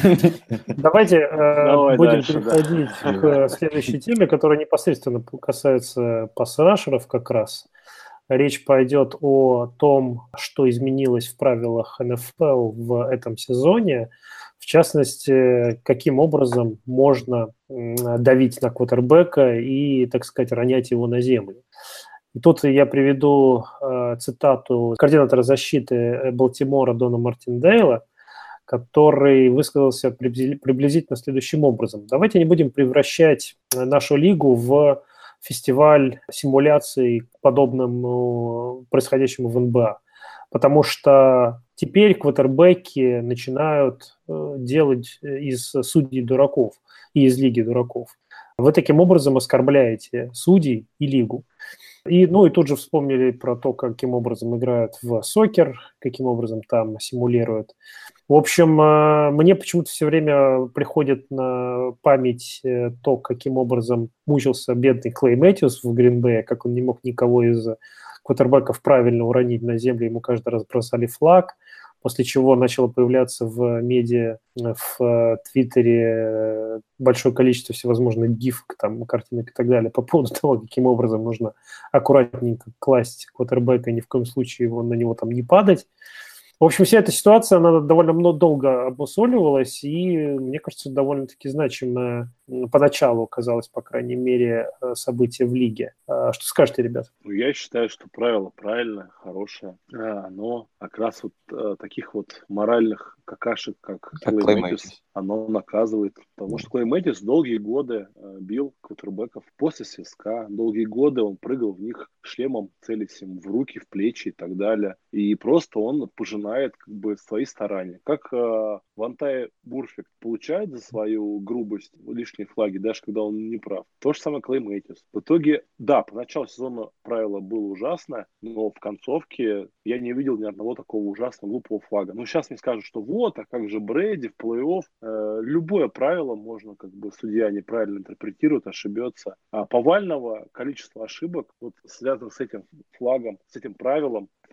Давайте э, Давай будем дальше, да. переходить к следующей теме, которая непосредственно касается пас-рашеров как раз. Речь пойдет о том, что изменилось в правилах эн эф эл в этом сезоне. В частности, каким образом можно м, давить на квотербека и, так сказать, ронять его на землю. И тут я приведу э, цитату координатора защиты Балтимора Дона Мартиндейла, который высказался приблизи- приблизительно следующим образом. Давайте не будем превращать нашу лигу в фестиваль симуляций, подобному происходящему в эн бэ а. Потому что теперь квотербеки начинают э, делать из судей дураков и из лиги дураков. Вы таким образом оскорбляете судей и лигу. И, ну и тут же вспомнили про то, каким образом играют в сокер, каким образом там симулируют. В общем, э, мне почему-то все время приходит на память э, то, каким образом мучился бедный Клей Мэтьюс в Грин-Бэе, как он не мог никого из квотербеков правильно уронить на землю, ему каждый раз бросали флаг, после чего начало появляться в медиа, в э, Твиттере э, большое количество всевозможных гифок, там, картинок и так далее по поводу того, каким образом нужно аккуратненько класть квотербека и ни в коем случае его, на него там не падать. В общем, вся эта ситуация, она довольно много, долго обмусоливалась, и, мне кажется, довольно-таки значимое поначалу оказалось, по крайней мере, событие в лиге. Что скажете, ребят? Ну, я считаю, что правило правильное, хорошее. А, Оно как раз вот а, таких вот моральных какашек, как Как Клей Клей Мэтьюс, Мэтьюс. оно наказывает. Потому что Клей Мэтьюс долгие годы а, бил квотербеков после свистка. Долгие годы он прыгал в них шлемом, целясь им в руки, в плечи и так далее. И просто он пожинает как бы свои старания. Как а, Вантай Бурфик получает за свою грубость лишние флаги, даже когда он не прав. То же самое Клей Мэтьюс. В итоге, да, поначалу сезона правило было ужасное, но в концовке я не видел ни одного такого ужасного глупого флага. Ну, сейчас мне скажут, что вот, а как же Брэди в плей-офф? Э, любое правило можно, как бы, судья неправильно интерпретирует, ошибется. А повального количества ошибок, вот, связанных с этим флагом, с этим правилом, в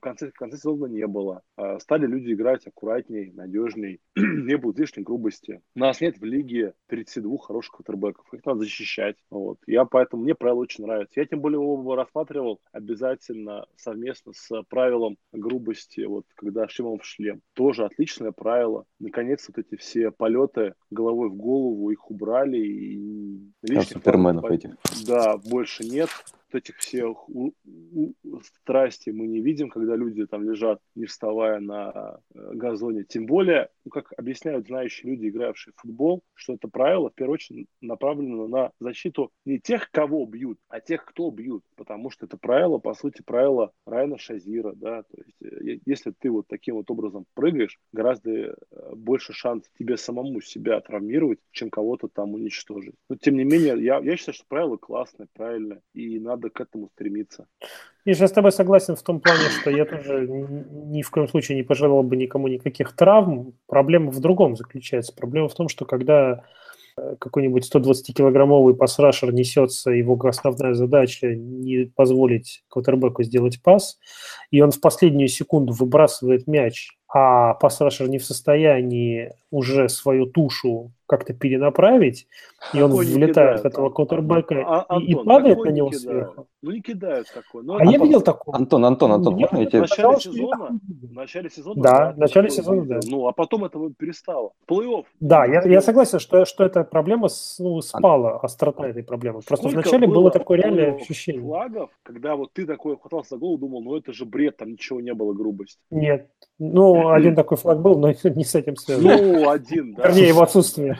конце, в конце сезона не было. Стали люди играть аккуратней, надежней, не было лишней грубости. У нас нет в лиге тридцати двух хороших квотербеков, их надо защищать. Вот. Я поэтому, мне правило очень нравится. Я тем более его рассматривал обязательно совместно с правилом грубости, вот когда шлемом в шлем. Тоже отличное правило. Наконец вот эти все полеты головой в голову, их убрали. И лишних суперменов этих. Да, больше нет. Этих всех у, у, страстей мы не видим, когда люди там лежат, не вставая на э, газоне. Тем более, ну, как объясняют знающие люди, игравшие в футбол, что это правило, в первую очередь, направлено на защиту не тех, кого бьют, а тех, кто бьют. Потому что это правило, по сути, правило Райана Шазира. Да? То есть, э, если ты вот таким вот образом прыгаешь, гораздо э, больше шанс тебе самому себя травмировать, чем кого-то там уничтожить. Но, тем не менее, я, я считаю, что правило классное, правильное, и надо к этому стремиться. И я с тобой согласен в том плане, что я тоже ни в коем случае не пожелал бы никому никаких травм. Проблема в другом заключается. Проблема в том, что когда какой-нибудь сто двадцатикилограммовый пас-рашер несется, его основная задача не позволить квотербеку сделать пас, и он в последнюю секунду выбрасывает мяч, а пас-рашер не в состоянии уже свою тушу как-то перенаправить, и он Такой влетает в кидают, этого квотербека а, а, и, и Антон, падает на не него кидают. сверху. Ну не кидают такой. Но А это я по- видел такое. Антон, Антон, Антон, Мне можно я В тебе... начале казалось, что я сезона, такое видел. в начале сезона, Да, да, в ты начале такое сезона, видел. да. Ну, а потом этого перестало. В плей-офф. Да, не я, я видел. согласен, что, что эта проблема с- ну, спала, острота этой проблемы. Просто Сколько вначале было такое в реальное плей-офф ощущение. флагов, когда вот ты такой хватался за голову, думал, ну это же бред, там ничего не было, грубость. Нет. Ну, один такой флаг был, но не с этим связано. Ну, один, да. Вернее, его отсутствие.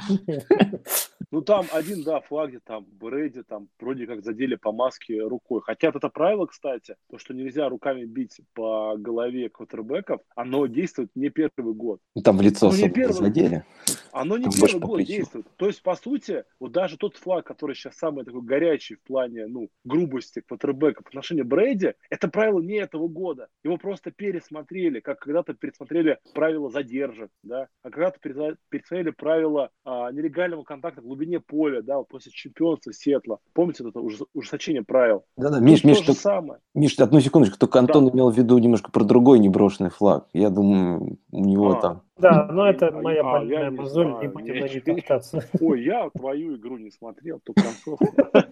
Ну, там один, да, флаг, где там Брэди, там вроде как задели по маске рукой. Хотя это правило, кстати, то, что нельзя руками бить по голове квотербеков, оно действует не первый год. Там в лицо Ну, не особо не первый- задели. Оно не Там первый больше по год плечу. действует. То есть, по сути, вот даже тот флаг, который сейчас самый такой горячий в плане, ну, грубости квотербека по отношению к Брэди, это правило не этого года. Его просто пересмотрели, как когда-то пересмотрели правила задержек, да, а когда-то пересмотрели пересмотрели правила а, нелегального контакта в глубине поля, да, вот после чемпионства Сиэтла. Помните это ужас- ужесточение правил? Да-да, Тут Миш, то Миш, же только- самое. Миш, одну секундочку, только Антон Да. имел в виду немножко про другой неброшенный флаг. Я думаю, у него А. там... Да, но это А, моя а, больная я не мозоль, не знаю, будем не- на ней топтаться. Ой, я твою игру не смотрел, только концовку.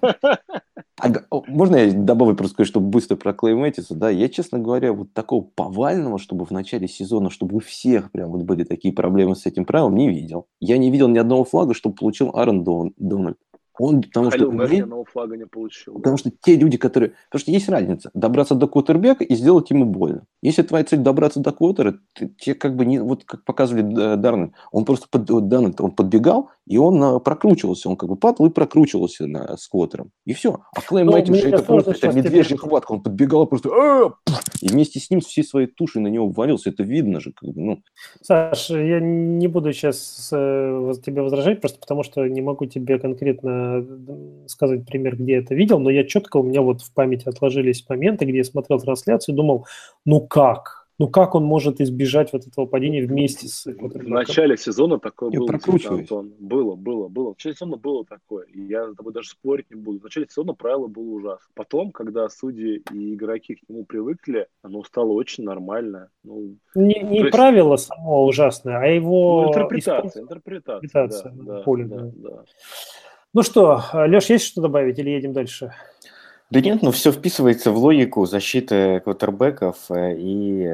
Ага, о, можно я добавлю просто кое-что быстро про Клей Мэттиса? Да, я, честно говоря, вот такого повального, чтобы в начале сезона, чтобы у всех прям вот были такие проблемы с этим правилом, не видел. Я не видел ни одного флага, чтобы получил Аарон Дон- Дональд. Он, потому Халил что, Мэш ни мне- одного флага не получил. потому да. что те люди, которые... Потому что есть разница. Добраться до квотербека и сделать ему больно. Если твоя цель добраться до квотера, ты, тебе как бы не... Вот как показывали э, Дарнольд, он просто... Под, вот Дарнольд, он подбегал, и он э, прокручивался. Он как бы падал и прокручивался на, с квотером. И все. А Клей Ну, Мэттис мне же это сложно просто это сейчас тебе- медвежья хватка. Он подбегал и просто... «А, пф!» И вместе с ним всей своей тушей на него валился. Это видно же. Как бы, ну, Саш, я не буду сейчас э, тебе возражать, просто потому что не могу тебе конкретно сказать пример, где я это видел, но я четко, у меня вот в памяти отложились моменты, где я смотрел трансляцию и думал, ну как? Ну как он может избежать вот этого падения вместе с В квотербеком? начале сезона такое Я было, прокручиваюсь. Антон. Было, было, было. В начале сезона было такое. И я с тобой даже спорить не буду. В начале сезона правило было ужасно. Потом, когда судьи и игроки к нему привыкли, оно стало очень нормально. Ну, Не, не То есть- правило само ужасное, а его ну, интерпретация, использование. интерпретация. интерпретация да, на да, поле, да, да. да. Ну что, Леш, есть что добавить или едем дальше? Да нет, ну все вписывается в логику защиты квотербеков э, и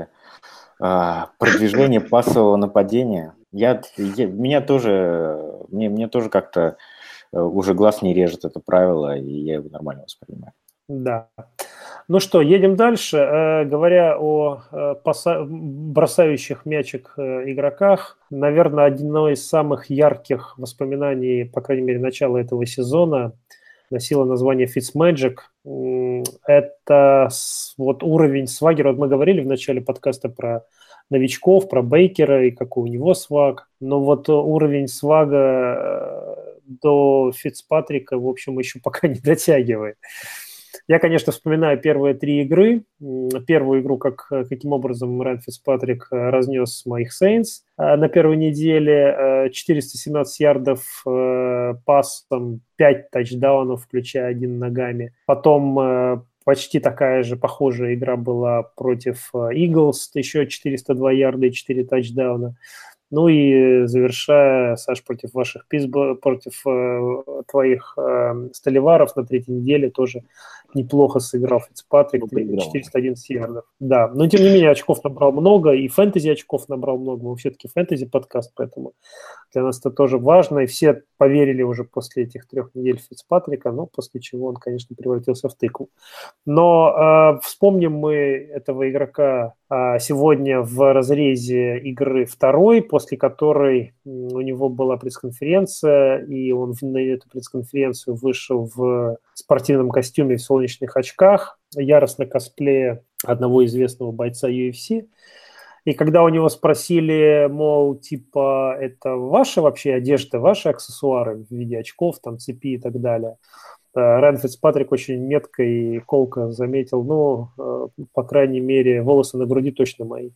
а, продвижения пассового нападения. Я, я- меня тоже, мне, мне тоже как-то э, уже глаз не режет это правило, и я его нормально воспринимаю. Да. Ну что, едем дальше. Э, говоря о э, паса- бросающих мячик э, игроках, наверное, одно из самых ярких воспоминаний, по крайней мере, начала этого сезона, носило название Fitzmagic. М, Это с- вот уровень свагера. Вот мы говорили в начале подкаста про новичков, про Бейкера и какой у него сваг. Но вот уровень свага э, до Фицпатрика, в общем, еще пока не дотягивает. Я, конечно, вспоминаю первые три игры. М, Первую игру, как, каким образом Райан Фицпатрик э, разнес моих Сейнтс э, на первой неделе. э, четыреста семнадцать ярдов э, пасом, пять тачдаунов, включая один ногами. Потом э, почти такая же похожая игра была против Eagles, еще четыреста два ярда и четыре тачдауна. Ну и завершая, Саш, против ваших Питтсбург, против э, твоих э, Столиваров на третьей неделе тоже неплохо сыграл Фицпатрик, ну, четыреста одиннадцать ярдов. Да, но тем не менее очков набрал много, и фэнтези очков набрал много. Мы все-таки фэнтези-подкаст, поэтому для нас это тоже важно. И все поверили уже после этих трех недель Фицпатрика, но после чего он, конечно, превратился в тыкву. Но э, вспомним мы этого игрока э, сегодня в разрезе игры второй, после которой у него была пресс-конференция, и он на эту пресс-конференцию вышел в спортивном костюме в солнечных очках, яростно косплея одного известного бойца ю эф си. И когда у него спросили, мол, типа, это ваша вообще одежда, ваши аксессуары в виде очков, там, цепи и так далее, Райан Фицпатрик очень метко и колко заметил, ну, по крайней мере, волосы на груди точно мои.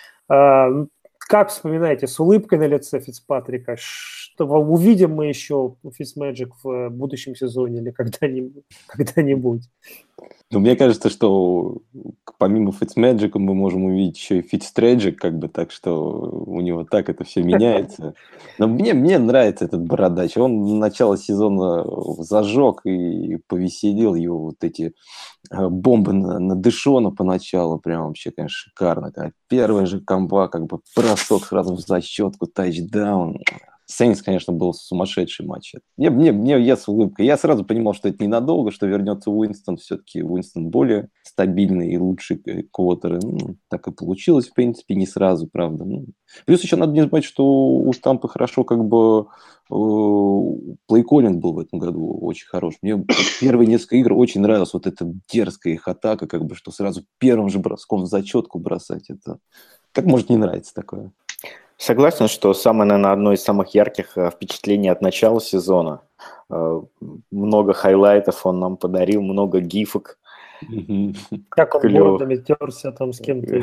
Как вспоминаете, с улыбкой на лице Фицпатрика, что увидим мы еще Fitzmagic в будущем сезоне или когда-нибудь? когда-нибудь? Ну, мне кажется, что помимо Fitzmagic мы можем увидеть еще и Fitztragic, как бы, так что у него так это все меняется. Но мне, мне нравится этот бородач. Он начало сезона зажег и повеселил его вот эти бомбы на, на Дэшона поначалу. Прям вообще, конечно, шикарно. Первая же комба, как бы бросок сразу в защетку, тачдаун. Сейнс, конечно, был сумасшедший матч. Мне, мне, мне я с улыбкой. Я сразу понимал, что это ненадолго, что вернется Уинстон. Все-таки Уинстон более стабильный и лучший квотер. Ну, так и получилось, в принципе, не сразу, правда. Ну. Плюс еще надо не забывать, что у Тампы хорошо как бы плей-коллинг был в этом году очень хорош. Мне первые несколько игр очень нравилась вот эта дерзкая их атака, как бы, что сразу первым же броском в зачетку бросать. Это как может не нравиться такое? Согласен, что самое, наверное, одно из самых ярких впечатлений от начала сезона. Много хайлайтов он нам подарил, много гифок. Как он бородами терся там с кем-то.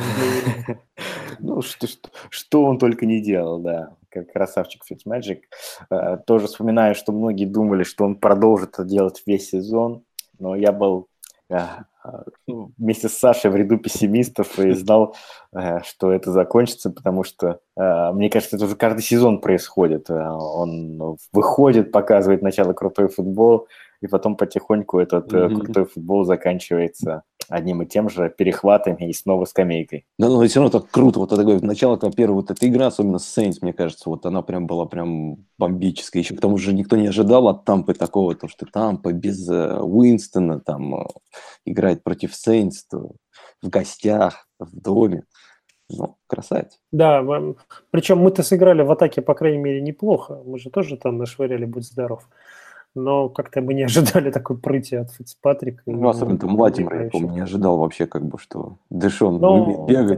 Ну, что, что, что он только не делал, да. Как красавчик Fitzmagic. Тоже вспоминаю, что многие думали, что он продолжит это делать весь сезон, но я был вместе с Сашей в ряду пессимистов и знал, что это закончится, потому что, мне кажется, это уже каждый сезон происходит. Он выходит, показывает начало крутой футбол, и потом потихоньку этот mm-hmm. крутой футбол заканчивается одним и тем же перехватами и снова скамейкой. Да, но все равно так круто. Вот это начало, когда первая вот эта игра, особенно с Saints, мне кажется, вот она прям была прям бомбическая. Еще к тому же никто не ожидал от Тампы такого, то, что Тампа без Уинстона там играет против Saints, то в гостях, в доме. Ну, красавец. Да, мы, причем мы-то сыграли в атаке, по крайней мере, неплохо. Мы же тоже там нашвыряли, будь здоров. Но как-то мы не ожидали такой прыти от Фицпатрика. Ну, особенно там Латимер, я помню, не ожидал вообще, как бы, что Дэшон умеет бегать.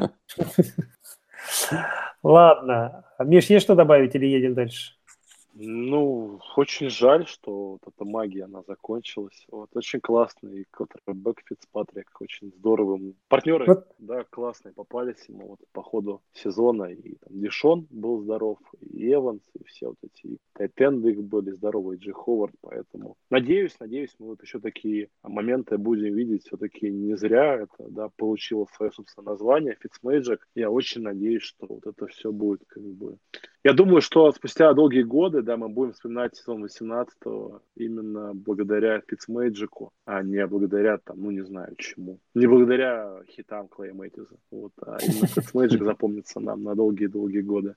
Ладно. Миш, есть что добавить или едем дальше? Ну, очень жаль, что вот эта магия, она закончилась. Вот, очень классный квотербэк Фицпатрик, очень здоровый. Партнеры, вот. Да, классные попались ему вот по ходу сезона. И там Дэшон был здоров, и Эванс, и все вот эти тайтенды их были здоровые, Джей Ховард. Поэтому надеюсь, надеюсь, мы вот еще такие моменты будем видеть. Все-таки не зря это, да, получило свое, собственно, название Fitzmagic. Я очень надеюсь, что вот это все будет как бы... Я думаю, что спустя долгие годы, да, мы будем вспоминать сезон восемнадцатого именно благодаря Фицмейджику, а не благодаря, там, ну, не знаю чему. Не благодаря хитам Клея Мэттьюза. Вот, а именно Фицмейджик запомнится нам на долгие-долгие годы.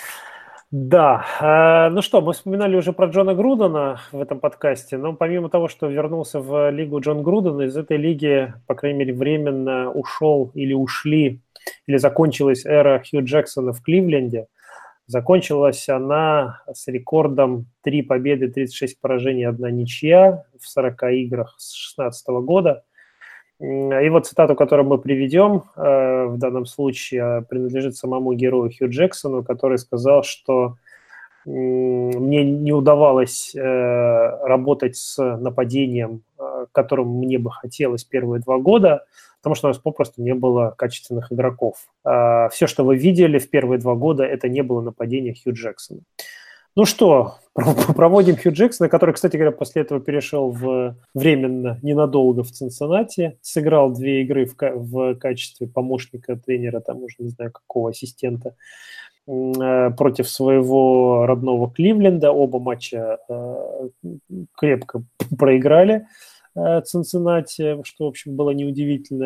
Да, ну что, мы вспоминали уже про Джона Грудена в этом подкасте, но помимо того, что вернулся в лигу Джон Груден, из этой лиги, по крайней мере, временно ушел или ушли, или закончилась эра Хью Джексона в Кливленде. Закончилась она с рекордом три победы, тридцать шесть поражений, одна ничья в сорока играх с шестнадцатого года. И вот цитату, которую мы приведем, в данном случае принадлежит самому герою Хью Джексону, который сказал, что мне не удавалось работать с нападением, которым мне бы хотелось первые два года, потому что у нас попросту не было качественных игроков. Все, что вы видели в первые два года, это не было нападение Хью Джексона. Ну что, проводим Хью Джексона, который, кстати говоря, после этого перешел в, временно, ненадолго в Цинциннати, сыграл две игры в, в качестве помощника тренера, там уже не знаю какого ассистента, против своего родного Кливленда. Оба матча э, крепко проиграли э, Цинциннати, что, в общем, было неудивительно.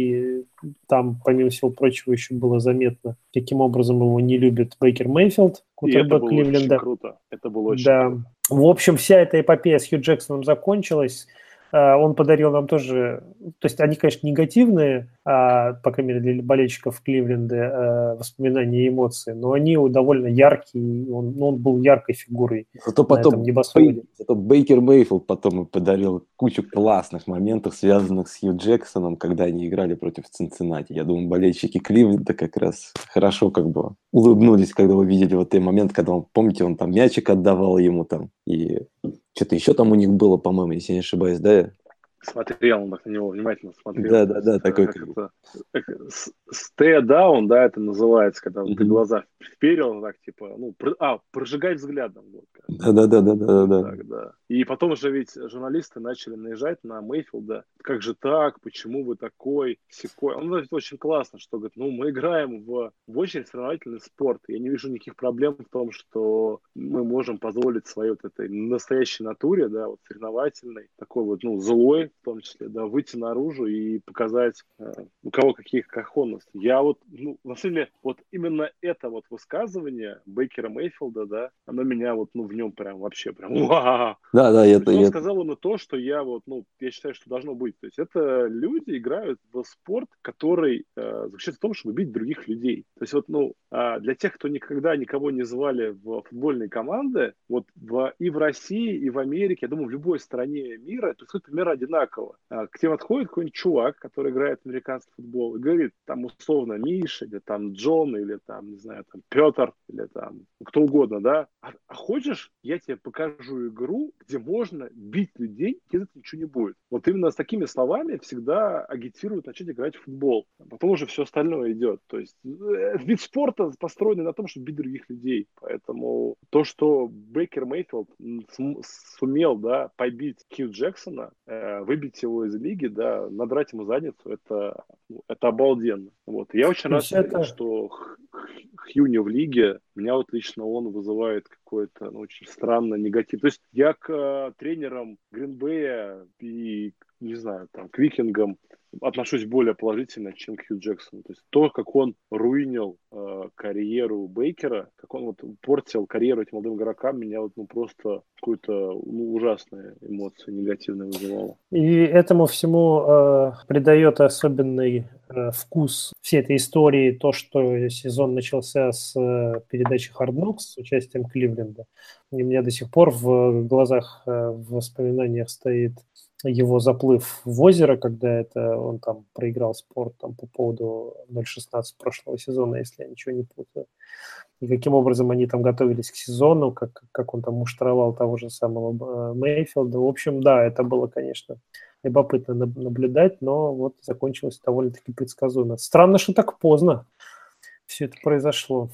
И там, помимо всего прочего, еще было заметно, каким образом его не любит Бейкер Мейфилд, кутербэк Кливленда. Очень круто. Это было очень да. круто. В общем, вся эта эпопея с Хью Джексоном закончилась. Он подарил нам тоже, то есть они, конечно, негативные, по крайней мере, для болельщиков Кливленда воспоминания и эмоции, но они довольно яркие, он, он был яркой фигурой зато потом, на этом небосводе. Зато Бейкер Мейфилд потом подарил кучу классных моментов, связанных с Хью Джексоном, когда они играли против Цинциннати. Я думаю, болельщики Кливленда как раз хорошо как бы улыбнулись, когда увидели вот этот момент, когда, он, помните, он там мячик отдавал ему там, и что-то еще там у них было, по-моему, если я не ошибаюсь, да? Смотрел он так на него, внимательно смотрел. Да, да, да, такой как это, как, stare down, да, это называется, когда mm-hmm. ты глаза вперил, так, типа, ну, про, а, прожигать взглядом. Вот, да, да, да, да, да, да. Так, да. И потом уже ведь журналисты начали наезжать на Мейфилда. Как же так? Почему вы такой, сякой? Он говорит, очень классно, что говорит, ну, мы играем в, в очень соревновательный спорт. Я не вижу никаких проблем в том, что мы можем позволить своей вот этой настоящей натуре, да, вот соревновательной, такой вот, ну, злой, в том числе, да, выйти наружу и показать, э, у кого какие кахонности. Я вот, ну, на самом деле, вот именно это вот высказывание Бейкера Мейфилда, да, оно меня вот, ну, в нем прям вообще прям, уа! Да, да, это... Он я... сказал именно то, что я вот, ну, я считаю, что должно быть. То есть это люди играют в спорт, который э, заключается в том, чтобы бить других людей. То есть вот, ну, э, для тех, кто никогда никого не звали в футбольные команды, вот в, и в России, и в Америке, я думаю, в любой стране мира, то есть примерно одинаково. К тебе подходит какой-нибудь чувак, который играет в американский футбол, и говорит, там, условно, Миша, или там Джон, или там, не знаю, там, Петр, или там, кто угодно, да? А, а хочешь, я тебе покажу игру, где можно бить людей, и за это ничего не будет. Вот именно с такими словами всегда агитируют начать играть в футбол. А потом уже все остальное идет. То есть вид спорта построен на том, чтобы бить других людей. Поэтому то, что Бейкер Мейфилд сумел, да, побить Хью Джексона, выбить его из лиги, да, надрать ему задницу, это, это обалденно. Вот. Я очень рад, это... что Хью не в лиге. Меня вот лично он вызывает какой-то, ну, очень странно негатив. То есть я к э, тренерам Грин-Бэя и, не знаю, там, к Викингам отношусь более положительно, чем к Хью Джексону. То есть то, как он руинил э, карьеру Бейкера, как он вот портил карьеру этим молодым игрокам, меня вот, ну, просто какую-то, ну, ужасные эмоции негативные вызывало. И этому всему э, придает особенный э, вкус всей этой истории то, что сезон начался с э, передачи Hard Knocks с участием Кливленда. И у меня до сих пор в глазах, э, в воспоминаниях стоит его заплыв в озеро, когда это он там проиграл спорт там, по поводу ноль шестнадцать прошлого сезона, если я ничего не путаю. И каким образом они там готовились к сезону, как, как он там муштровал того же самого Мейфилда. В общем, да, это было, конечно, любопытно наблюдать, но вот закончилось довольно-таки предсказуемо. Странно, что так поздно все это произошло.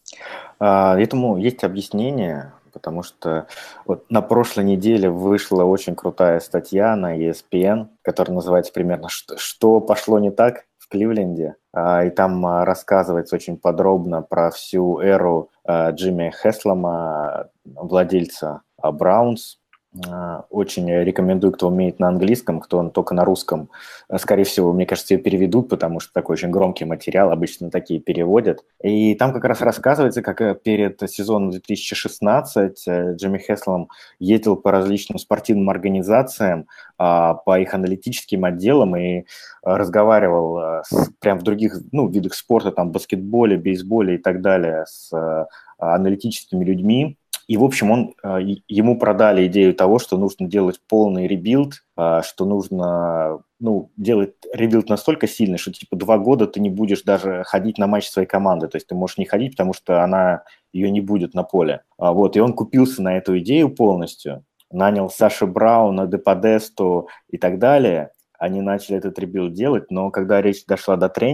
Этому есть объяснение, потому что вот на прошлой неделе вышла очень крутая статья на и эс пи эн, которая называется примерно «Что, что пошло не так в Кливленде?». И там рассказывается очень подробно про всю эру Джимми Хеслама, владельца Браунс. Очень рекомендую, кто умеет на английском, кто только на русском. Скорее всего, мне кажется, ее переведут, потому что такой очень громкий материал, обычно такие переводят. И там как раз рассказывается, как перед сезоном две тысячи шестнадцатого Джимми Хеслам ездил по различным спортивным организациям, по их аналитическим отделам и разговаривал с, прям в других, ну, видах спорта, там, баскетболе, бейсболе и так далее, с аналитическими людьми. И, в общем, он, ему продали идею того, что нужно делать полный ребилд, что нужно, ну, делать ребилд настолько сильный, что типа два года ты не будешь даже ходить на матч своей команды. То есть ты можешь не ходить, потому что она, ее не будет на поле. Вот, и он купился на эту идею полностью, нанял Сашу Брауна, Де Подесту и так далее. Они начали этот ребилд делать, но когда речь дошла до тренера,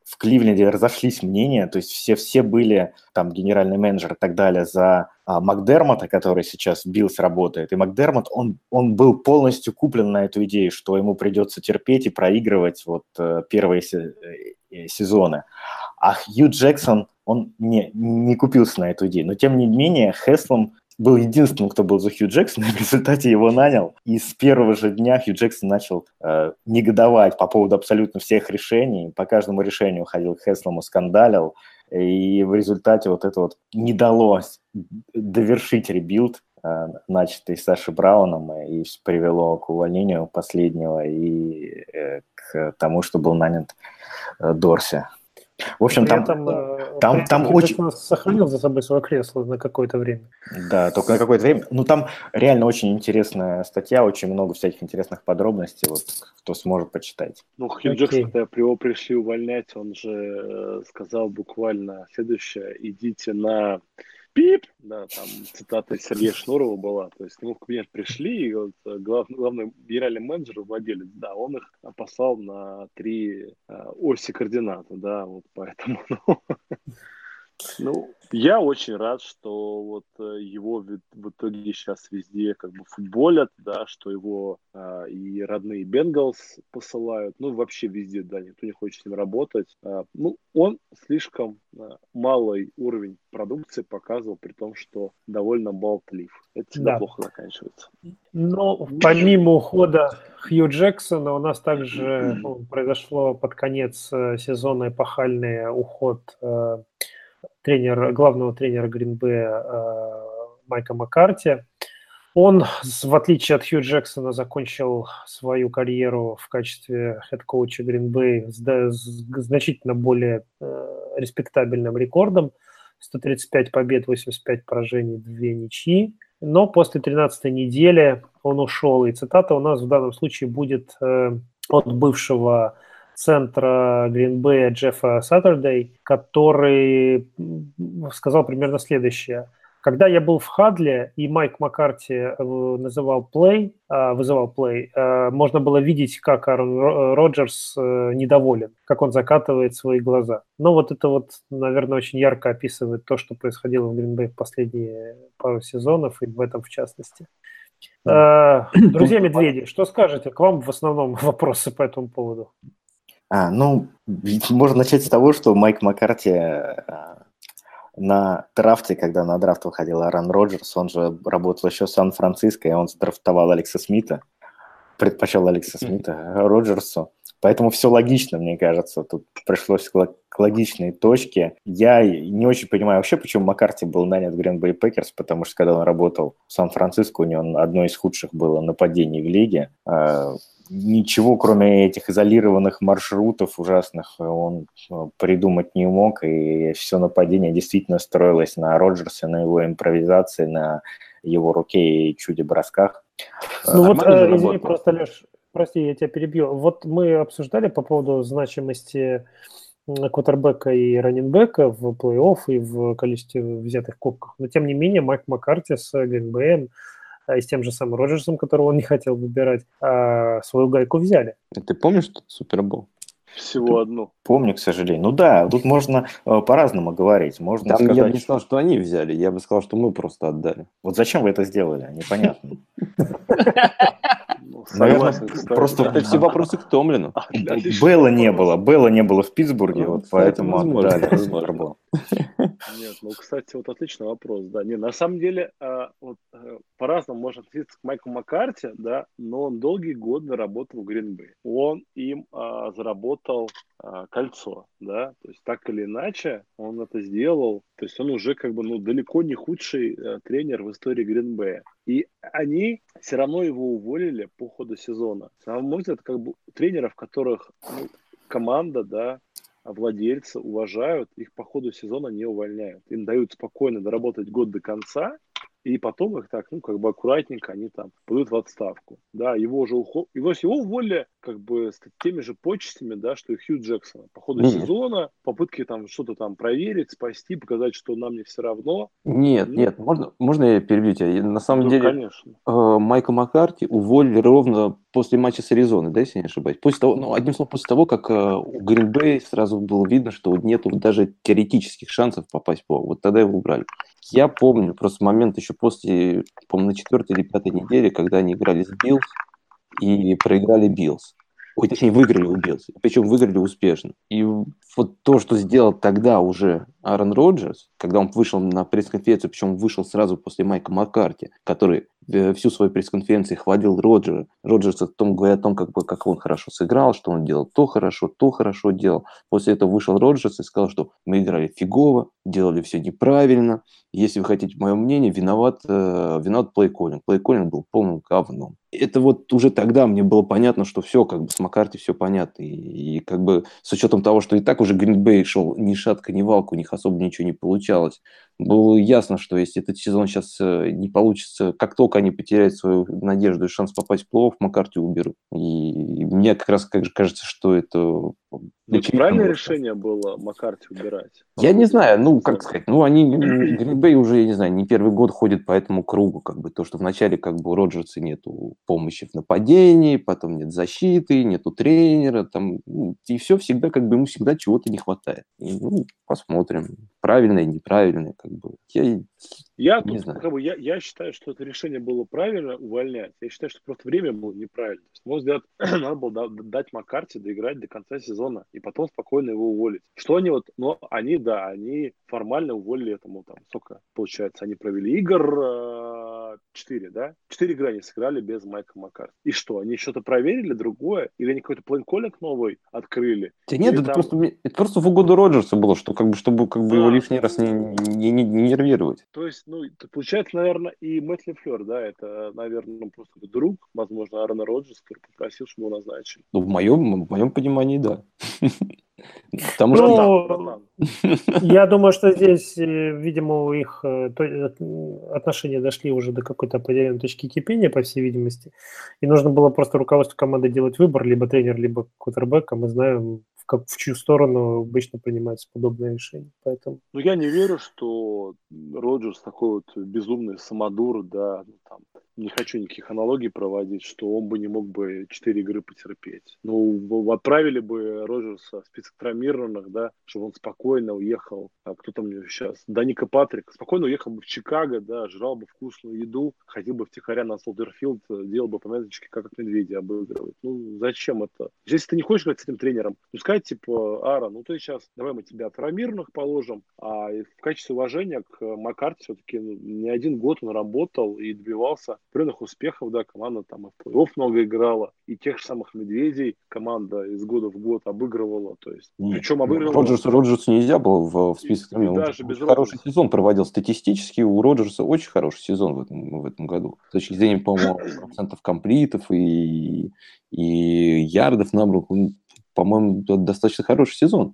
в Кливленде разошлись мнения, то есть все, все были, там, генеральный менеджер и так далее, за а, Макдермота, который сейчас в Биллс работает. И Макдермот, он, он был полностью куплен на эту идею, что ему придется терпеть и проигрывать вот э, первые се- э, сезоны. А Хью Джексон, он не, не купился на эту идею. Но, тем не менее, Хеслом был единственным, кто был за Хью Джексона, и в результате его нанял. И с первого же дня Хью Джексон начал э, негодовать по поводу абсолютно всех решений. По каждому решению ходил к Хеслому, скандалил. И в результате вот это вот не дало довершить ребилд, э, начатый Сашей Брауном, и привело к увольнению последнего и э, к тому, что был нанят э, Дорси. В общем, При там, этом, там, при этом там очень... Джексон сохранил за собой свое кресло на какое-то время. Да, только на какое-то время. Ну, там реально очень интересная статья, очень много всяких интересных подробностей, вот, кто сможет почитать. Ну, Хью Окей. Джексон, когда его пришли увольнять, он же э, сказал буквально следующее: идите на пип, да, там цитата Сергея Шнурова была, то есть к нему в кабинет пришли, и вот глав, главный генеральный менеджер, владелец, да, он их послал на три э, оси координат, да, вот поэтому, ну, ну, я очень рад, что вот э, его в, в итоге сейчас везде как бы футболят, да, что его э, и родные Бенгалс посылают, ну, вообще везде, да, никто не хочет с ним работать. Э, ну, он слишком э, малый уровень продукции показывал, при том, что довольно болтлив. Это всегда Да. плохо заканчивается. Но помимо ухода Хью Джексона, у нас также ну, произошло под конец э, сезона эпохальный уход э, тренера, главного тренера Грин-Бэя э, Майка Маккарти. Он, в отличие от Хью Джексона, закончил свою карьеру в качестве хед-коуча Грин-Бэй с, да, с значительно более э, респектабельным рекордом. сто тридцать пять побед, восемьдесят пять поражений, две ничьи. Но после тринадцатой недели он ушел. И цитата у нас в данном случае будет э, от бывшего центра Грин-Бэя Джеффа Саттердей, который сказал примерно следующее. Когда я был в Хадле, и Майк Маккарти называл плей, вызывал плей, можно было видеть, как Аарон Роджерс недоволен, как он закатывает свои глаза. Но вот это вот, наверное, очень ярко описывает то, что происходило в Грин-Бэй в последние пару сезонов, и в этом в частности. Друзья медведи, что скажете? К вам в основном вопросы по этому поводу. А, ну, можно начать с того, что Майк Маккарти на драфте, когда на драфт выходил Аарон Роджерс, он же работал еще в Сан-Франциско, и он задрафтовал Алекса Смита, предпочел Алекса Смита Роджерсу. Поэтому все логично, мне кажется. Тут пришлось к логичной точке. Я не очень понимаю вообще, почему Маккарти был нанят в Green Bay Packers, потому что когда он работал в Сан-Франциско, у него одно из худших было нападений в лиге. Ничего, кроме этих изолированных маршрутов ужасных, он придумать не мог, и все нападение действительно строилось на Роджерсе, на его импровизации, на его руке и чуде-бросках. Ну вот, э, извини, просто, Леш, прости, я тебя перебью. Вот мы обсуждали по поводу значимости квотербека и раннинбека в плей-офф и в количестве взятых кубков, но тем не менее Майк Маккарти с Грин-Бэем и с тем же самым Роджерсом, которого он не хотел выбирать, свою гайку взяли. Ты помнишь тот Супербол? Всего одну. Помню, к сожалению. Ну да, тут можно э, по-разному говорить. Можно Там сказать, я бы не сказал, что они взяли, я бы сказал, что мы просто отдали. Вот зачем вы это сделали? Непонятно. Согласен, просто это все вопросы к Томлину. Белла не было, Белла не было в Питтсбурге, вот поэтому отдали Супербол. Нет, ну, кстати, вот отличный вопрос, да. Не, на самом деле, а, вот, а, по-разному можно относиться к Майку Маккарти, да, но он долгие годы работал в Green Bay. Он им а, заработал а, кольцо, да, то есть так или иначе он это сделал, то есть он уже как бы, ну, далеко не худший а, тренер в истории Green Bay. И они все равно его уволили по ходу сезона. На мой взгляд, как бы тренеров, которых ну, команда, да, владельцы уважают, их по ходу сезона не увольняют. Им дают спокойно доработать год до конца, и потом их так, ну, как бы аккуратненько они там пойдут в отставку. Да, его уже уход... его, его уволили как бы с теми же почестями, да, что и Хью Джексона. По ходу Нет, сезона, попытки там что-то там проверить, спасти, показать, что нам не все равно. нет, Ну, нет, можно, можно я перебью тебя? Я- На самом да, деле конечно. э, Майка Маккарти уволили ровно после матча с Аризоной, да, если я не ошибаюсь. После того, ну, одним словом, после того, как э, у Green Bay сразу было видно, что нету даже теоретических шансов попасть в плей-офф. Вот тогда его убрали. Я помню просто момент еще после, по-моему, на четвертой или пятой неделе, когда они играли с Биллс и проиграли Биллс. Ой, точнее, выиграли у Биллс. Причем выиграли успешно. И вот то, что сделал тогда уже Аарон Роджерс, когда он вышел на пресс-конференцию, причем вышел сразу после Майка Маккарти, который э, всю свою пресс-конференцию хвалил Роджера. Роджерс о том, говорит о том, как, бы, как он хорошо сыграл, что он делал то хорошо, то хорошо делал. После этого вышел Роджерс и сказал, что мы играли фигово, делали все неправильно. Если вы хотите мое мнение, виноват, э, виноват плей-коллинг. Плей-коллинг был полным говном. Это вот уже тогда мне было понятно, что все, как бы с Маккарти все понятно. И, и как бы с учетом того, что и так уже Green Bay шел ни шатка, ни валка, у них особо ничего не получалось. Было ясно, что если этот сезон сейчас не получится, как только они потеряют свою надежду и шанс попасть в плей-офф, Маккарти уберут. И мне как раз как же кажется, что это... Ну, это правильное решение было Маккарти убирать. Я не знаю, ну, как сказать, ну, они, Green Bay уже, я не знаю, не первый год ходит по этому кругу, как бы, то, что вначале, как бы, у Роджерса нету помощи в нападении, потом нет защиты, нету тренера, там, ну, и все всегда, как бы, ему всегда чего-то не хватает. И, ну, посмотрим, правильное, неправильное, как бы, я... Я, не тут, знаю. как бы, я, я считаю, что это решение было правильно увольнять. Я считаю, что просто время было неправильно. То есть, на мой взгляд, надо было дать Маккарти доиграть до конца сезона и потом спокойно его уволить. Что они вот, ну, они, да, они формально уволили этому, там, сколько, получается, они провели игр четыре, да? Четыре игры они сыграли без Майка Маккарти. И что, они что-то проверили другое? Или они какой-то плей-коллинг новый открыли? Да нет, Или это, там... просто, это просто в угоду Роджерса было, что как бы, чтобы как бы Да, его лишний ну, раз не, не, не, не нервировать. То есть, ну, это получается, наверное, и Мэтт Лефлер, да, это, наверное, ну, просто друг, возможно, Аарона Роджерса, который попросил, чтобы его назначили. Ну, в моем, в моем понимании, да. Потому что... Ну, Братан. я думаю, что здесь, э, видимо, у их э, то- э, отношения дошли уже до какой-то определенной точки кипения, по всей видимости. И нужно было просто руководству команды делать выбор, либо тренер, либо квотербек, а мы знаем, в, как, в чью сторону обычно принимается подобное решение. Поэтому... Ну, я не верю, что Роджерс такой вот безумный самодур, да, ну, там, не хочу никаких аналогий проводить, что он бы не мог бы четыре игры потерпеть. Ну, отправили бы Роджерса в список травмированных, да, чтобы он спокойно уехал, а кто там у него сейчас, Даника Патрик, спокойно уехал бы в Чикаго, да, жрал бы вкусную еду, ходил бы втихаря на Солдерфилд, делал бы помяточки, как от медведи обыгрывать. Ну, зачем это? Если ты не хочешь играть с этим тренером, пускай, типа, Ара, ну ты сейчас, давай мы тебя травмированных положим, а в качестве уважения к Маккарти все-таки не один год он работал и добивался определенных успехов, да, команда там и в плей-офф много играла, и тех же самых медведей команда из года в год обыгрывала, то есть, Нет, причем обыгрывала... Роджерсу, Роджерсу нельзя было в, в список. И, и он даже очень без хороший Роджерса. сезон проводил статистически. У Роджерса очень хороший сезон в этом, в этом году. С точки зрения, по-моему, процентов комплитов и, и ярдов набрал, по-моему, достаточно хороший сезон.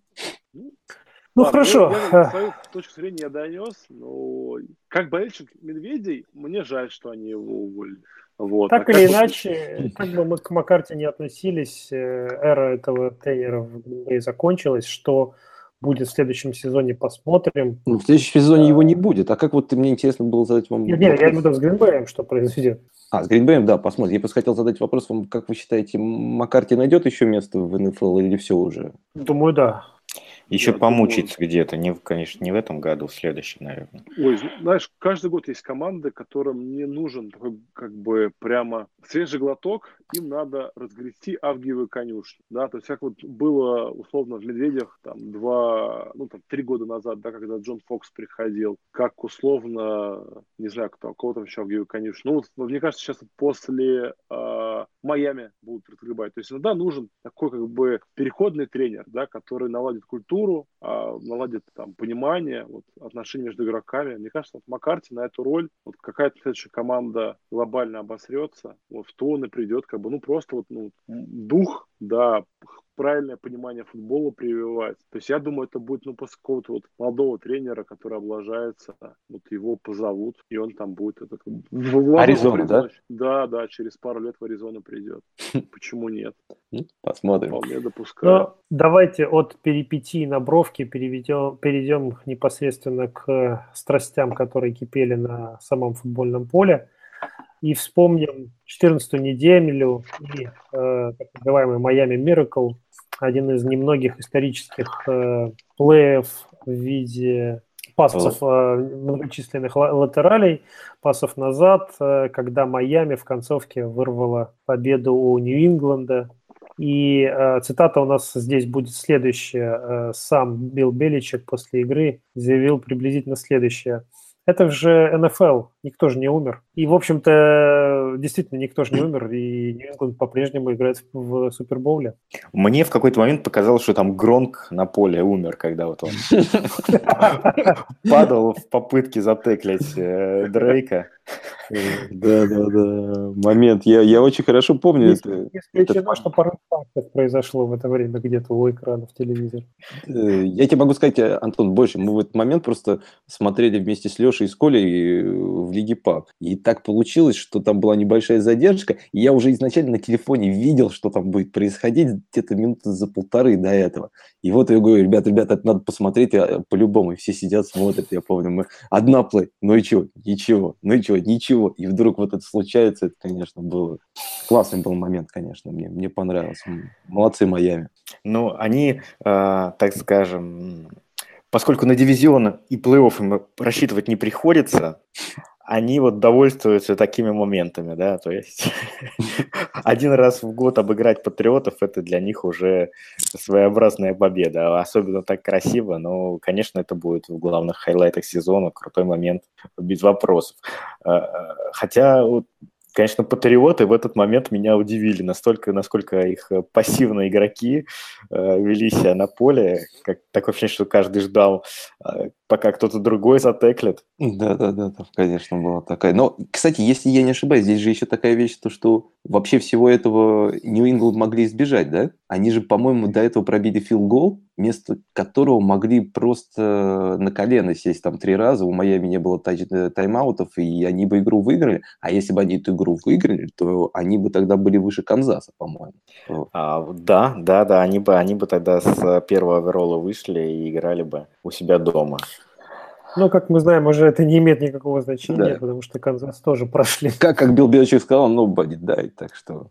Ну, Ладно, хорошо. Я, я свою точку зрения я донес, но как болельщик медведей, мне жаль, что они его уволили. Вот. Так а или как иначе, как бы мы к Маккарти не относились, э, эра этого тренера в Green Bay закончилась. Что будет в следующем сезоне, посмотрим. Ну, в следующем сезоне его не будет. А как вот ты, мне интересно было задать вам Нет, вопрос? нет, я имею в виду с Green Bay, что произойдет. А, с Green Bay, да, посмотрим. Я просто хотел задать вопрос вам, как вы считаете, Маккарти найдет еще место в эн эф эл или все уже? Думаю, да. Еще Я помучиться думаю... где-то, не, конечно, не в этом году, в следующем, наверное. Ой, знаешь, каждый год есть команды, которым не нужен такой, как бы, прямо свежий глоток, им надо разгрести авгиевые конюшни, да, то есть как вот было, условно, в Медведях, там, два, ну, там, три года назад, да, когда Джон Фокс приходил, как, условно, не знаю, кто, у кого там еще авгиевые конюшни, ну, вот, мне кажется, сейчас после э, Майами будут разгребать, то есть иногда нужен такой, как бы, переходный тренер, да, который наладит культуру, э, наладит, там, понимание, вот, отношения между игроками. Мне кажется, вот Маккарти на эту роль, вот какая-то следующая команда глобально обосрется, вот в то он и придет, как бы, ну, просто вот, ну, дух да, правильное понимание футбола прививать. То есть я думаю, это будет, ну, после какого-то вот молодого тренера, который облажается, вот его позовут, и он там будет это, в Аризона, да? Да, да, через пару лет в Аризону придет. Почему нет? Посмотрим. Вполне допускаю. Но давайте от перипетий на бровки переведем, перейдем непосредственно к страстям, которые кипели на самом футбольном поле. И вспомним четырнадцатую неделю и э, так называемый Miami Miracle, один из немногих исторических э, плеев в виде пасов э, многочисленных латералей, пасов назад, э, когда Майами в концовке вырвала победу у Нью-Ингланда. И э, цитата у нас здесь будет следующая. Э, сам Билл Беличек после игры заявил приблизительно следующее. Это же эн эф эл, никто же не умер. И, в общем-то, действительно, никто же не умер, и Нью-Ингланд по-прежнему играет в Супербоуле. Мне в какой-то момент показалось, что там Гронк на поле умер, когда вот он падал в попытке затеклить Дрейка. Да, да, да. Момент. Я, я очень хорошо помню это. Исключено, что пару фактов произошло в это время где-то у экранов телевизора. Я тебе могу сказать, Антон, больше. Мы в этот момент просто смотрели вместе с Лешей и с Колей в Лиге ПАП. И так получилось, что там была небольшая задержка. И я уже изначально на телефоне видел, что там будет происходить где-то минуты за полторы до этого. И вот я говорю, ребята, ребята, это надо посмотреть по-любому. И все сидят, смотрят. Я помню, мы одна плей. Ну и чего? Ничего. Ну и чего? Ничего. И вдруг вот это случается. Это, конечно, было... Классный был момент, конечно. Мне, мне понравилось. Молодцы, Майами. Ну, они, э, так скажем, поскольку на дивизион и плей-офф им рассчитывать не приходится, они вот довольствуются такими моментами, да, то есть один раз в год обыграть Патриотов – это для них уже своеобразная победа, особенно так красиво, но, конечно, это будет в главных хайлайтах сезона, крутой момент, без вопросов. Хотя, конечно, Патриоты в этот момент меня удивили настолько, насколько их пассивные игроки э, вели себя на поле. Как, такое ощущение, что каждый ждал, э, пока кто-то другой затеклит. Да-да-да, конечно, была такая. Но, кстати, если я не ошибаюсь, здесь же еще такая вещь, то, что вообще всего этого Нью-Ингланд могли избежать, да? Они же, по-моему, до этого пробили филд-гол, вместо которого могли просто на колено сесть там три раза. У Майами не было тач- тайм-аутов, и они бы игру выиграли. А если бы они эту игру выиграли, то они бы тогда были выше Канзаса, по-моему. Вот. А, да, да, да, они бы, они бы тогда с первого оверолла вышли и играли бы у себя дома. Ну, как мы знаем, уже это не имеет никакого значения, Да. потому что Канзас тоже прошли. Как, как Билл Беличек сказал, nobody died, так что...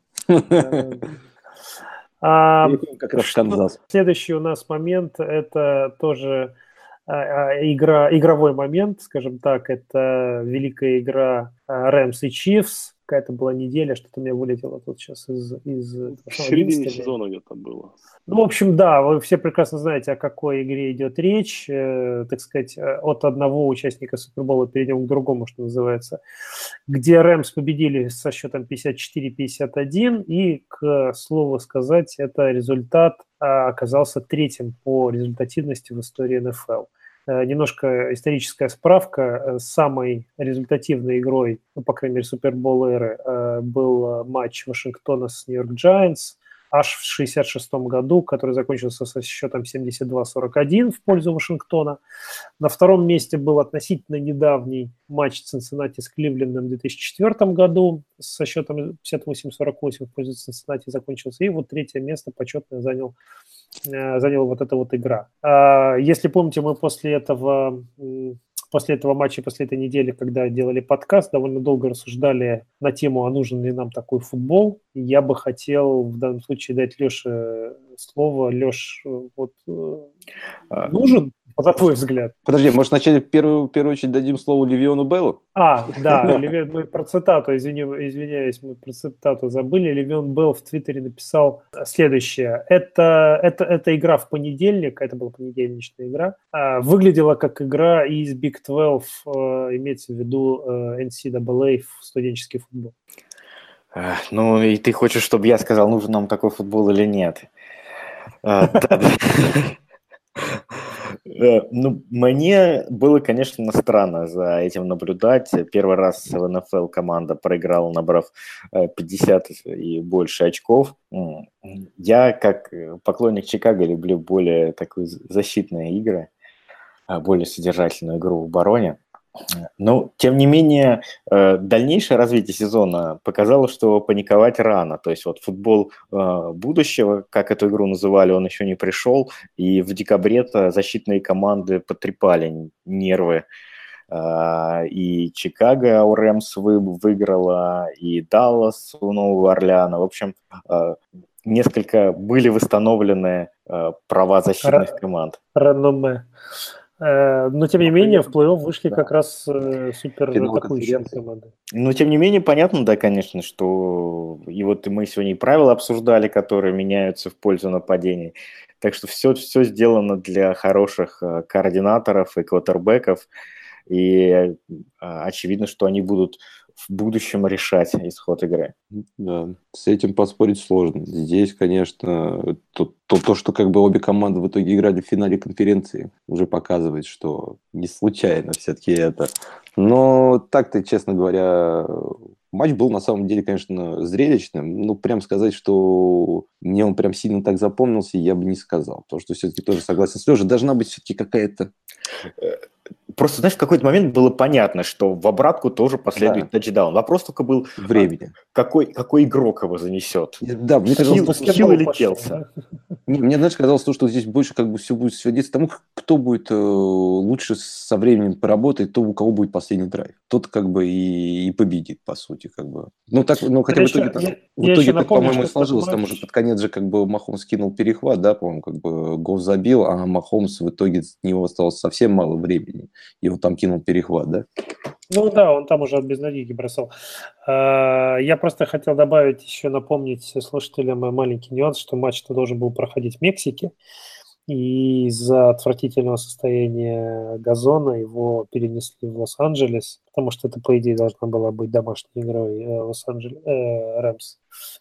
А, как раз Канзас. Следующий у нас момент – это тоже а, игра, игровой момент, скажем так. Это великая игра Рэмс и Чифс. Какая-то была неделя, что-то у меня вылетело тут сейчас из... из в середине сезона где-то было. Ну, в общем, да, вы все прекрасно знаете, о какой игре идет речь. Э, так сказать, от одного участника Супербола перейдем к другому, что называется, где Рэмс победили со счетом пятьдесят четыре пятьдесят один, и, к слову сказать, это результат а, оказался третьим по результативности в истории эн эф эл. Немножко историческая справка. Самой результативной игрой, ну, по крайней мере, Супербол эры, был матч Вашингтона с Нью-Йорк Джайантс аж в шестьдесят шестом году, который закончился со счетом семьдесят два сорок один в пользу Вашингтона. На втором месте был относительно недавний матч Цинциннати с Кливлендом в две тысячи четвёртом году со счетом пятьдесят восемь сорок восемь в пользу Цинциннати закончился. И вот третье место почетное занял заняла вот эта вот игра. Если помните, мы после этого, после этого матча, после этой недели, когда делали подкаст, довольно долго рассуждали на тему, а нужен ли нам такой футбол. И я бы хотел в данном случае дать Леше слово. Леш, вот нужен, на твой взгляд? Подожди, может, вначале в первую, в первую очередь дадим слово Левиону Беллу? А, да, мы про цитату, извини, извиняюсь, мы про цитату забыли. Левион Белл в Твиттере написал следующее. Это, это, это игра в понедельник, это была понедельничная игра, выглядела как игра из Big двенадцать, имеется в виду эн си эй эй в студенческий футбол. Ну, и ты хочешь, чтобы я сказал, нужен нам такой футбол или нет? Ну, мне было, конечно, странно за этим наблюдать. Первый раз в эн эф эл команда проиграла, набрав пятьдесят и больше очков. Я, как поклонник Чикаго, люблю более такие защитные игры, более содержательную игру в обороне. Но, тем не менее, дальнейшее развитие сезона показало, что паниковать рано. То есть вот футбол будущего, как эту игру называли, он еще не пришел. И в декабре-то защитные команды потрепали нервы. И Чикаго у Рэмс выиграла, и Даллас у Нового Орлеана. В общем, несколько были восстановлены права защитных команд. Реноме. Но, тем не менее, в плей-офф вышли да. как раз э, супер атакующие команды. Но, тем не менее, понятно, да, конечно, что и вот мы сегодня и правила обсуждали, которые меняются в пользу нападений. Так что все, все сделано для хороших координаторов и квотербеков. И очевидно, что они будут в будущем решать исход игры. Да, с этим поспорить сложно. Здесь, конечно, то, то, то, что как бы обе команды в итоге играли в финале конференции, уже показывает, что не случайно все-таки это. Но так-то, честно говоря, матч был на самом деле, конечно, зрелищным. Ну, прям сказать, что мне он прям сильно так запомнился, я бы не сказал. Потому что все-таки тоже согласен с Лешей, должна быть все-таки какая-то... Просто, знаешь, в какой-то момент было понятно, что в обратку тоже последует да. тачдаун. Вопрос только был времени. Какой, какой игрок его занесет? Да, мне казалось, что Хилл летелся. Не, мне, знаешь, казалось, что здесь больше как бы все будет сводиться к тому, кто будет э, лучше со временем поработать, то у кого будет последний драйв. Тот как бы и, и победит, по сути, как бы. Ну, так, ну хотя я в итоге, еще, так, я, в итоге так, напомню, по-моему, и сложилось. Там уже под конец же как бы Махомс скинул перехват, да, по-моему, как бы гол забил, а Махомс в итоге от него осталось совсем мало времени. И он там кинул перехват, да? Ну да, он там уже от безнадеги бросал. Я просто хотел добавить, еще напомнить слушателям маленький нюанс, что матч-то должен был проходить в Мексике, и из-за отвратительного состояния газона его перенесли в Лос-Анджелес, потому что это, по идее, должна была быть домашней игрой Лос-Анджелес, э, Рэмс.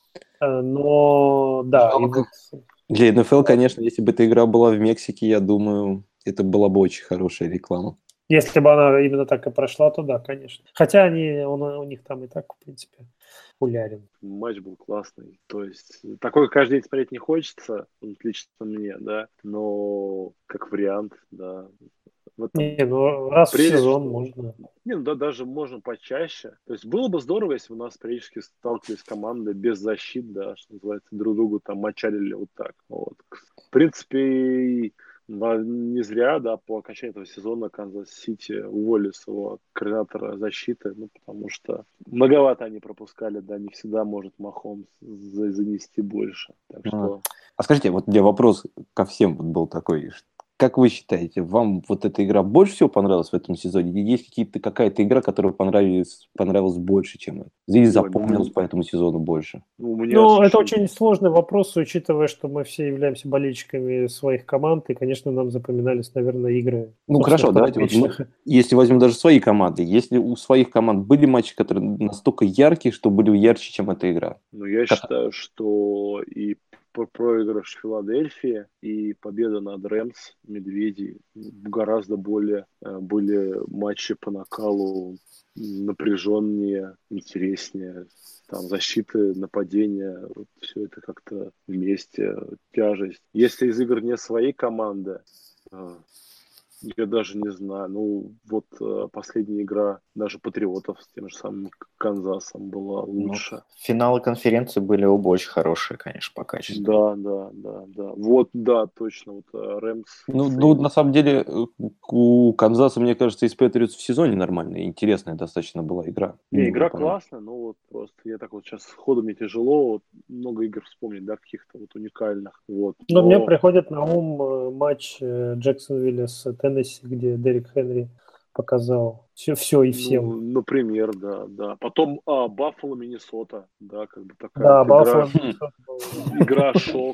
Но, да. И вот... Для эн эф эл, конечно, если бы эта игра была в Мексике, я думаю, это была бы очень хорошая реклама. Если бы она именно так и прошла, то да, конечно. Хотя они, он, у них там и так, в принципе, популярен. Матч был классный. То есть, такой каждый день смотреть не хочется, лично мне, да, но как вариант, да. Не, ну раз прелесть, в сезон что... можно. Не, ну да, даже можно почаще. То есть было бы здорово, если бы у нас периодически сталкивались команды без защит, да, что называется, друг другу там мочалили вот так. Вот. В принципе, не зря, да, по окончании этого сезона Канзас-Сити уволили своего координатора защиты, ну, потому что многовато они пропускали, да, не всегда может Махомс занести больше. Так что... А скажите, вот у меня вопрос ко всем вот был такой, как вы считаете, вам вот эта игра больше всего понравилась в этом сезоне? Или есть какие-то, какая-то игра, которая понравилась, понравилась больше, чем это? Или запомнилась ну, по этому сезону больше? Ну, ну это очень сложный вопрос, учитывая, что мы все являемся болельщиками своих команд, и, конечно, нам запоминались, наверное, игры. Ну, хорошо, давайте, вот, ну, если возьмем даже свои команды, если у своих команд были матчи, которые настолько яркие, что были ярче, чем эта игра? Ну, я как... считаю, что и проигрыш Филадельфии и победа над Рэмс, Медведи гораздо более были матчи по накалу напряженнее, интереснее. Там защиты, нападения, вот все это как-то вместе, тяжесть. Если из игр не своей команды, я даже не знаю. Ну, вот последняя игра даже Патриотов с тем же самым Канзасом была лучше. Ну, финалы конференции были оба очень хорошие, конечно, по качеству. Да, да, да, да. Вот, да, точно. Вот Рэмс. Ну, ну, на самом деле, у Канзаса, мне кажется, из Патриотс в сезоне нормальная, интересная достаточно была игра. Не, игра классная, но вот просто я так вот сейчас сходу мне тяжело вот, много игр вспомнить, да, каких-то вот уникальных. Вот. Но, но мне приходит на ум матч Джексонвилля с Теннесси, где Дерек Хенри показал все, все и всем. Ну, например, да, да. Потом а, Баффало, Миннесота, да, как бы такая да, вот игра, игра шок.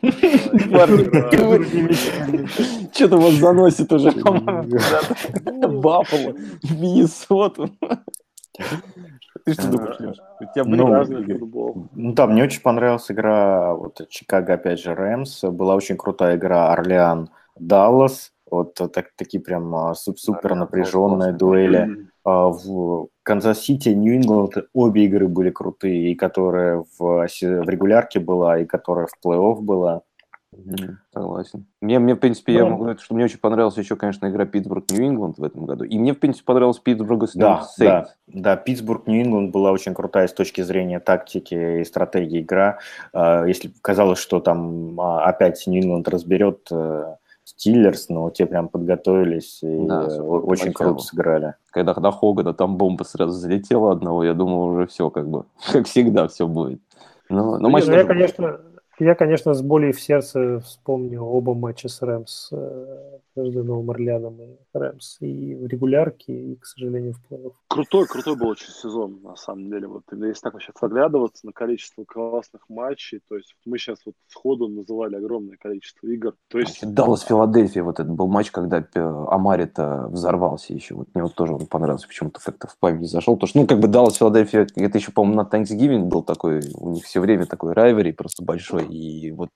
Что-то вас заносит уже, по-моему, Баффало, Миннесоту. Ты что думаешь, Леша? У тебя были ну, разные футбол. Ну да, мне очень понравилась игра вот, Чикаго, опять же, Рэмс. Была очень крутая игра Орлеан, Даллас. Вот так, такие прям а, суп- супер Да, напряженные классно. дуэли. А, в Канзас-Сити, Нью-Ингланд обе игры были крутые, и которая в, се- в регулярке была, и которая в плей-офф была. Мгм, согласен. Мне, мне, в принципе, я Ну, могу сказать, что мне очень понравилась еще, конечно, игра Питтсбург-Нью-Ингланд в этом году. И мне, в принципе, понравилась Питтсбург Да, Сейнтс. да, да, Питтсбург, Нью-Ингланд была очень крутая с точки зрения тактики и стратегии игра. А, Если казалось, что там а, опять Нью-Ингланд разберет э, Стиллерс, но те прям подготовились и Да, э, особенно о- очень круто поначалу. сыграли. Когда до Хогана там бомба сразу залетела одного, я думал, уже все, как бы, как всегда все будет. Но, но Ну, матч я- ну, я, тоже был. конечно, я, конечно, с болью в сердце вспомню оба матча с Рэмс, э, между Новым Орлеаном и Рэмс, и в регулярке, и, к сожалению, в плей-офф. Крутой, крутой был очень сезон, на самом деле. Вот именно если так вот сейчас оглядываться на количество классных матчей, то есть мы сейчас вот сходу называли огромное количество игр. То есть Даллас-Филадельфия, вот этот был матч, когда э, Амари-то взорвался еще. Вот мне вот тоже он понравился, почему-то как-то в память зашел. Потому что, ну, как бы Даллас-Филадельфия, это еще, по-моему, на Thanksgiving был такой, у них все время такой райвери просто большой. И вот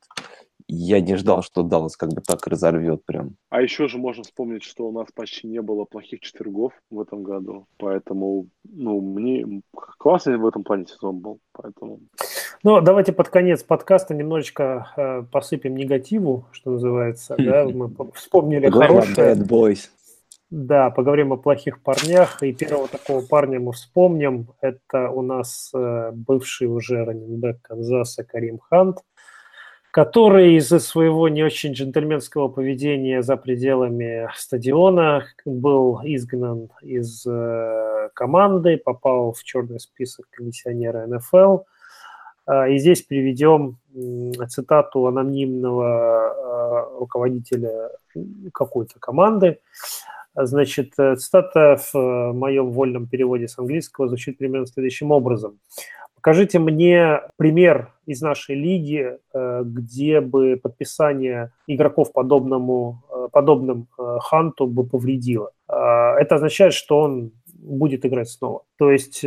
я не ждал, что Даллас как бы так разорвет прям. А еще же можно вспомнить, что у нас почти не было плохих четвергов в этом году. Поэтому, ну, мне классный в этом плане сезон был. Поэтому... Ну, давайте под конец подкаста немножечко э, посыпем негативу, что называется. Да? Мы по- вспомнили Поговорим о хорошее. Bad Boys. Да, поговорим о плохих парнях. И первого такого парня мы вспомним. Это у нас э, бывший уже раннинбэк Канзаса Карим Хант, который из-за своего не очень джентльменского поведения за пределами стадиона был изгнан из э, команды, попал в черный список комиссионера эн эф эл. И здесь приведем цитату анонимного руководителя какой-то команды. Значит, цитата в моем вольном переводе с английского звучит примерно следующим образом. Покажите мне пример из нашей лиги, где бы подписание игроков подобному, подобным Ханту бы повредило. Это означает, что он будет играть снова. То есть,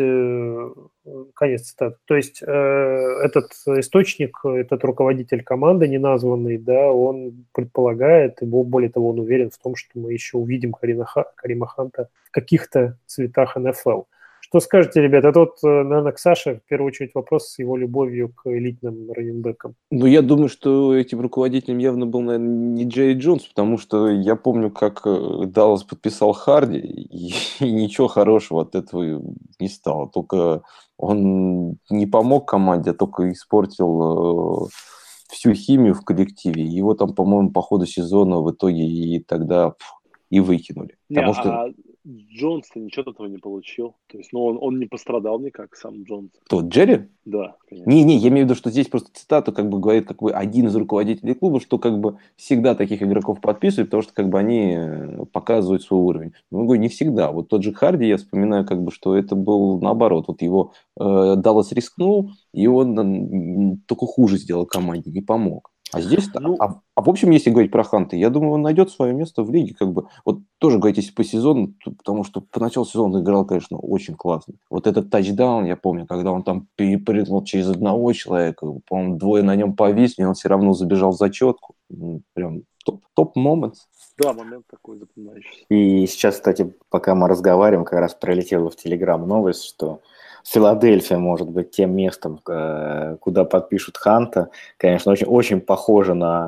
конец цитаты. То есть, этот источник, этот руководитель команды неназванный, да, он предполагает, и более того, он уверен в том, что мы еще увидим Карима, Карима Ханта в каких-то цветах эн эф эл. Что скажете, ребята? Это вот, наверное, к Саше, в первую очередь, вопрос с его любовью к элитным раннинбэкам. Ну, я думаю, что этим руководителем явно был, наверное, не Джерри Джонс, потому что я помню, как Даллас подписал Харди, и, и ничего хорошего от этого не стало. Только он не помог команде, а только испортил э, всю химию в коллективе. Его там, по-моему, по ходу сезона в итоге и тогда пф, и выкинули. Не, Потому что... а Джонс-то ничего от этого не получил. То есть, ну, он, он не пострадал никак, сам Джонс. Кто, Джерри? Да, конечно. Не-не, я имею в виду, что здесь просто цитата как бы говорит как бы один из руководителей клуба, что как бы всегда таких игроков подписывают, потому что как бы они показывают свой уровень. Ну, говорю, не всегда. Вот тот же Харди, я вспоминаю, как бы, что это был наоборот. Вот его э, Даллас рискнул, и он э, только хуже сделал команде, не помог. А здесь, ну, а, а в общем, если говорить про Ханта, я думаю, он найдет свое место в лиге, как бы, вот тоже говорить, если по сезону, потому что по началу сезона играл, конечно, очень классно. Вот этот тачдаун, я помню, когда он там перепрыгнул через одного человека, по-моему, двое на нем повисли, и он все равно забежал в зачетку. Прям топ-момент. Да, момент такой запоминающийся. И сейчас, кстати, пока мы разговариваем, как раз пролетела в Телеграм новость, что Филадельфия может быть тем местом, куда подпишут Ханта. Конечно, очень, очень похоже на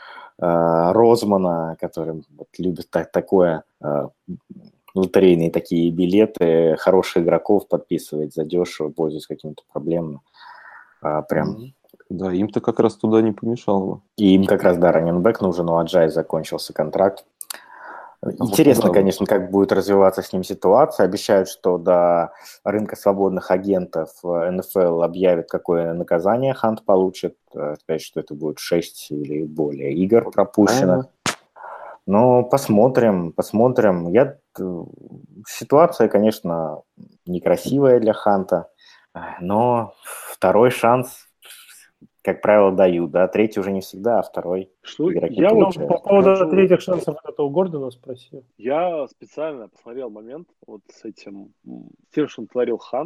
э, Розмана, который вот, любит так, такое, э, лотерейные такие билеты, хороших игроков подписывать задешево, пользуясь какими-то проблемами. А, прям... Да, им-то как раз туда не помешало. И им как раз, да, раннинбэк нужен, у Аджай закончился контракт. Интересно, конечно, как будет развиваться с ним ситуация. Обещают, что до рынка свободных агентов эн эф эл объявят, какое наказание Хант получит. Сказать, что это будет шесть или более игр пропущенных. Но посмотрим, посмотрим. Я... Ситуация, конечно, некрасивая для Ханта, но второй шанс, как правило, дают, да, третий уже не всегда, а второй. Что? Я вот по поводу скажу, третьих шансов это у Гордона спросил. Я специально посмотрел момент вот с этим, с тем, что он творил Хант.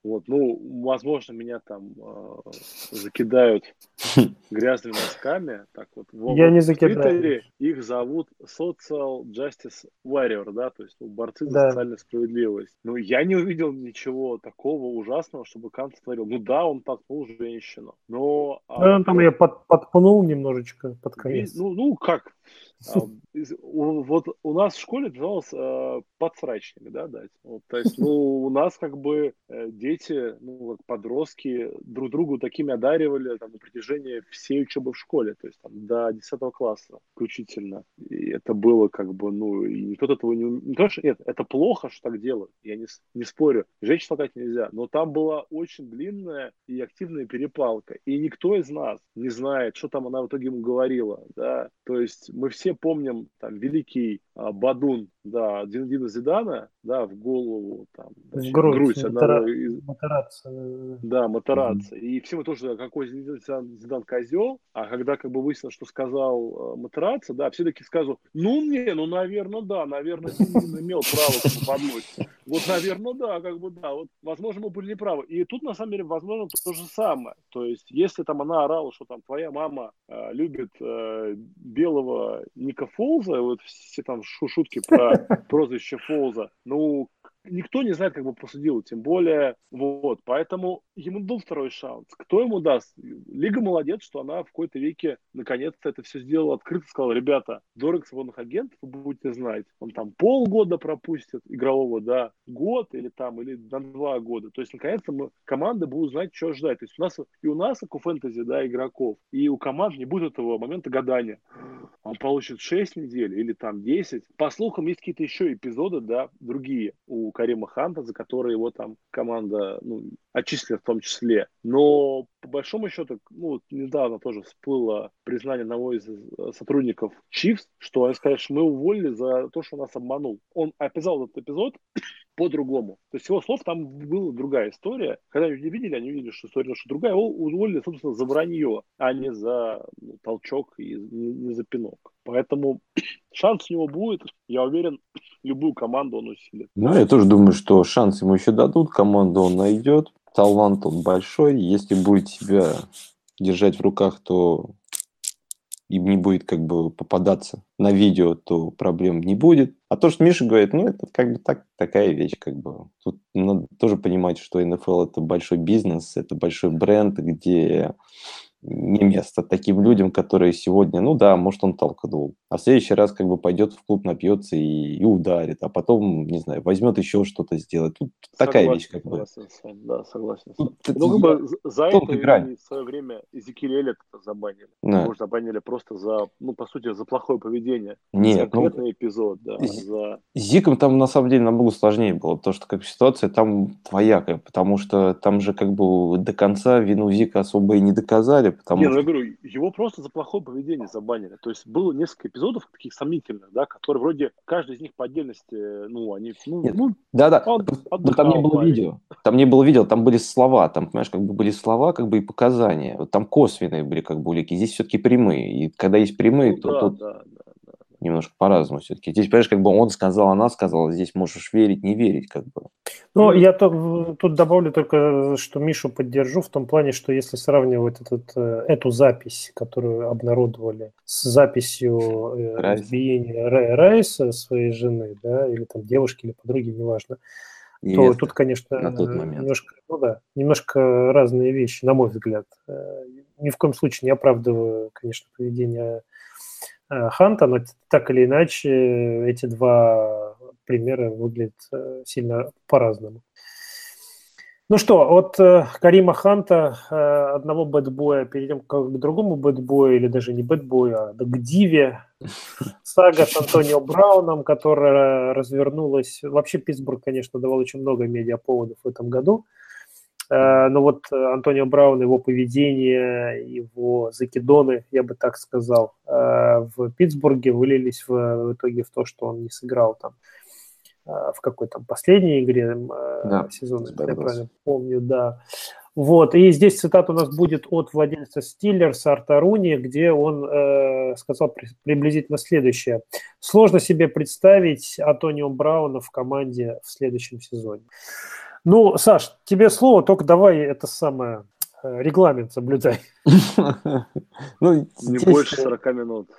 Вот, ну, возможно, меня там э, закидают грязными носками. Так вот, в, Я вот не в закидаю. Твиттере их зовут Social Justice Warrior, да, то есть ну, борцы за Да. социальную справедливость. Ну, я не увидел ничего такого ужасного, чтобы Кант творил. Ну да, он толкнул женщину, но... Ну, он там вот, ее под, подпнул немножечко под ви- конец. ну, ну, как? А, из- у- вот у нас в школе называлось э, подсрачник, да, дать. Вот, то есть, ну, у нас как бы э, дети, ну, как подростки друг другу такими одаривали там, на протяжении всей учебы в школе, то есть там до десятого класса включительно. И это было как бы, ну, и никто от этого не... ум- Не то, что нет, это плохо, что так делают, я не, с- не спорю. Женщин толкать нельзя, но там была очень длинная и активная перепалка, и никто из нас не знает, что там она в итоге ему говорила, да. То есть мы все помним там великий а, Бадун, да, Зинедина Зидана, да, в голову, там, В точнее, в грудь. грудь одного Матера... из... Матерация. Да, Матарадзе. И все мы тоже, какой Зидан, Зидан козел, а когда как бы выяснилось, что сказал э, Матарадзе, да, все таки скажут, ну не, ну, наверное, да, наверное, Зинедин имел право как бы поднуть. Вот, наверное, да, как бы да, вот, возможно, мы были неправы. И тут, на самом деле, возможно, то же самое. То есть, если там она орала, что там твоя мама э, любит э, белого Ника Фолза, вот все там шу- шутки про прозвище Фолза, ну, никто не знает, как бы посудил, тем более, вот, поэтому ему дал второй шанс. Кто ему даст? Лига молодец, что она в какой-то веке наконец-то это все сделала открыто, сказала, ребята, дорого свободных агентов вы будете знать, он там полгода пропустит игрового, да, год или там, или на два года, то есть, наконец-то мы, команды будут знать, что ждать, то есть у нас, и у нас, как у фэнтези, да, игроков, и у команд не будет этого момента гадания, он получит шесть недель или там десять. По слухам, есть какие-то еще эпизоды, да, другие у Карима Ханта, за которые его там команда, ну, отчислила в том числе. Но по большому счету, ну, вот недавно тоже всплыло признание одного из сотрудников Chiefs, что они сказали, что мы уволили за то, что нас обманул. Он описал этот эпизод по-другому. То есть его слов там была другая история. Когда люди видели, они видели, что история что другая. Его уволили, собственно, за вранье, а не за ну, толчок и не, не за пинок. Поэтому шанс у него будет. Я уверен, любую команду он усилит. Ну, я тоже думаю, что шанс ему еще дадут, команду он найдет. Талант он большой. Если будет себя держать в руках, то им не будет как бы попадаться на видео, то проблем не будет. А то, что Миша говорит, ну, это как бы так, такая вещь, как бы. Тут надо тоже понимать, что эн эф эл это большой бизнес, это большой бренд, где не место таким людям, которые сегодня, ну да, может, он толкнул, а в следующий раз как бы пойдет в клуб, напьется и, и ударит, а потом, не знаю, возьмет еще что-то сделать. Тут Согласен, такая вещь как согласен бы. с вами, да, согласен. Тут, Ну, как бы за это грань. и в свое время Эзекиэля Эллиота забанили. Да. Его забанили просто за, ну, по сути, за плохое поведение. Нет, за конкретный ну, эпизод, да. З- За... С Зиком там на самом деле намного сложнее было, потому что как ситуация там двоякая, потому что там же как бы до конца вину Зика особо и не доказали, потому Не, ну я что... говорю, его просто за плохое поведение забанили. То есть было несколько эпизодов таких сомнительных, да, которые вроде каждый из них по отдельности, ну, они, ну, Нет, ну да-да, он но там не отдыхал, было парень. видео, там не было видео, там были слова, там, понимаешь, как бы были слова, как бы и показания, вот там косвенные были как бы улики, здесь все-таки прямые, и когда есть прямые, Ну то да, тут да, да, да. немножко по-разному все-таки. Здесь, понимаешь, как бы он сказал, она сказала, здесь можешь верить, не верить, как бы. Ну, Ну, я то- тут добавлю только, что Мишу поддержу в том плане, что если сравнивать этот, э, эту запись, которую обнародовали, с записью э, Райс. избиения Рай- Райса, своей жены, да, или там девушки, или подруги, неважно, то Невеста тут, конечно, на тот э, момент. немножко, ну да, немножко разные вещи, на мой взгляд. Э, Ни в коем случае не оправдываю, конечно, поведение э, Ханта, но так или иначе эти два примера выглядят э, сильно по-разному. Ну что, от э, Карима Ханта, э, одного бэтбоя, перейдем к, к другому бэтбою, или даже не бэтбою, а к диве. Сага с Антонио Брауном, которая развернулась. Вообще Питтсбург, конечно, давал очень много медиаповодов в этом году. Э, но вот Антонио Браун, его поведение, его закидоны, я бы так сказал, э, в Питтсбурге вылились в, в итоге в то, что он не сыграл там в какой там последней игре Да, сезона, с если я Бэнгалс. правильно помню, да. Вот, и здесь цитата у нас будет от владельца Стиллерс Арта Руни, где он э, сказал при, приблизительно следующее. Сложно себе представить Антонио Брауна в команде в следующем сезоне. Ну, Саш, тебе слово, только давай это самое, регламент соблюдай. Не больше сорока минут.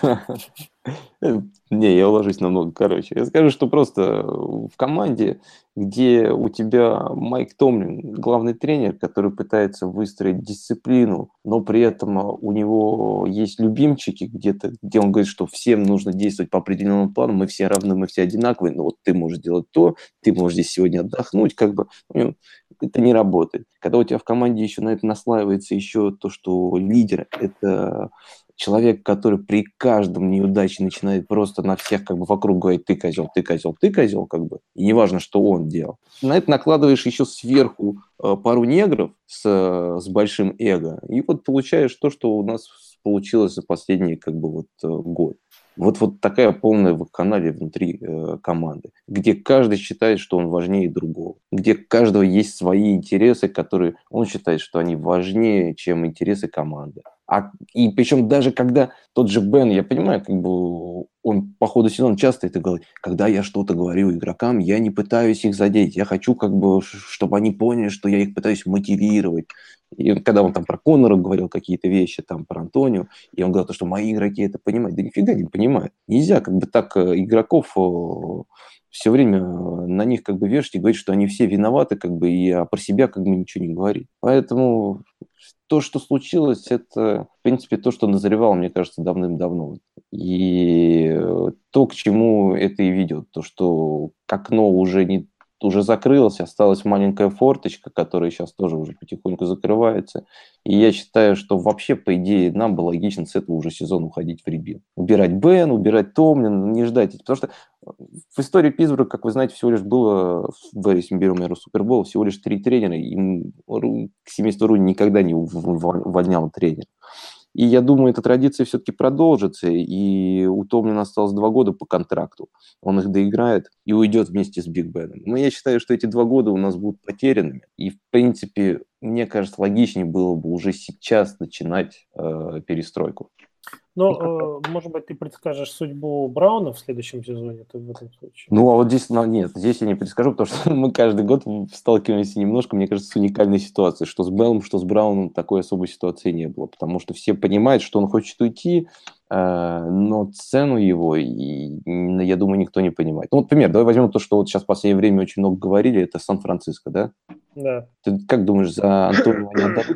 Не, я уложусь намного короче. Я скажу, что просто в команде, где у тебя Майк Томлин, главный тренер, который пытается выстроить дисциплину, но при этом у него есть любимчики где-то, где он говорит, что всем нужно действовать по определенному плану, мы все равны, мы все одинаковые, но вот ты можешь делать то, ты можешь здесь сегодня отдохнуть, как бы это не работает. Когда у тебя в команде еще на это наслаивается еще то, что лидер – это человек, который при каждом неудаче начинает просто на всех как бы вокруг говорить «ты козел, ты козел, ты козел», как бы, и неважно, что он делал. На это накладываешь еще сверху э, пару негров с, с большим эго, и вот получаешь то, что у нас получилось за последний как бы вот э, год. Вот, вот такая полная вакханалия внутри э, команды, где каждый считает, что он важнее другого, где у каждого есть свои интересы, которые он считает, что они важнее, чем интересы команды. А, и причем даже когда тот же Бен, я понимаю, как бы он по ходу сезона часто это говорит, когда я что-то говорю игрокам, я не пытаюсь их задеть, я хочу, как бы, чтобы они поняли, что я их пытаюсь мотивировать. И когда он там про Коннора говорил какие-то вещи, там про Антонио, и он говорил, что мои игроки это понимают. Да нифига не понимают. Нельзя как бы так игроков все время на них как бы вешать и говорить, что они все виноваты, как бы, и а про себя как бы ничего не говорить. Поэтому то, что случилось, это, в принципе, то, что назревало, мне кажется, давным-давно. И то, к чему это и ведет. То, что окно уже не уже закрылось, осталась маленькая форточка, которая сейчас тоже уже потихоньку закрывается. И я считаю, что вообще, по идее, нам бы логично с этого уже сезона уходить в ребит. Убирать Бен, убирать Томлин, не ждать. Потому что в истории Питтсбурга, как вы знаете, всего лишь было, если мы берем эру Супербола, всего лишь три тренера, и семейство Руни никогда не увольнял тренера. И я думаю, эта традиция все-таки продолжится, и у Томлина осталось два года по контракту. Он их доиграет и уйдет вместе с Биг Беном. Но я считаю, что эти два года у нас будут потерянными. И, в принципе, мне кажется, логичнее было бы уже сейчас начинать э, перестройку. Но, э, может быть, ты предскажешь судьбу Брауна в следующем сезоне, ты в этом случае? Ну, а вот здесь, ну, нет, здесь я не предскажу, потому что мы каждый год сталкиваемся немножко, мне кажется, с уникальной ситуацией. Что с Беллом, что с Брауном такой особой ситуации не было, потому что все понимают, что он хочет уйти, э, но цену его, и, я думаю, никто не понимает. Ну, вот пример, давай возьмем то, что вот сейчас в последнее время очень много говорили, это Сан-Франциско, да? Да. Ты как думаешь, за Антонио они отдадут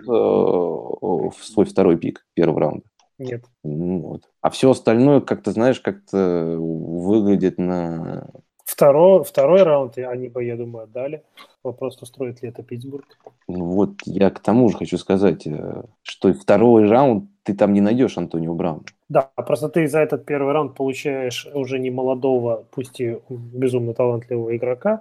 э, в свой второй пик первого раунда? Нет. Ну, вот. А все остальное, как-то, знаешь, как-то выглядит на... Второй, второй раунд они бы, я думаю, отдали. Вопрос, устроит ли это Питтсбург. Ну, вот я к тому же хочу сказать, что второй раунд ты там не найдешь Антонио Брауна. Да, просто ты за этот первый раунд получаешь уже не молодого, пусть и безумно талантливого игрока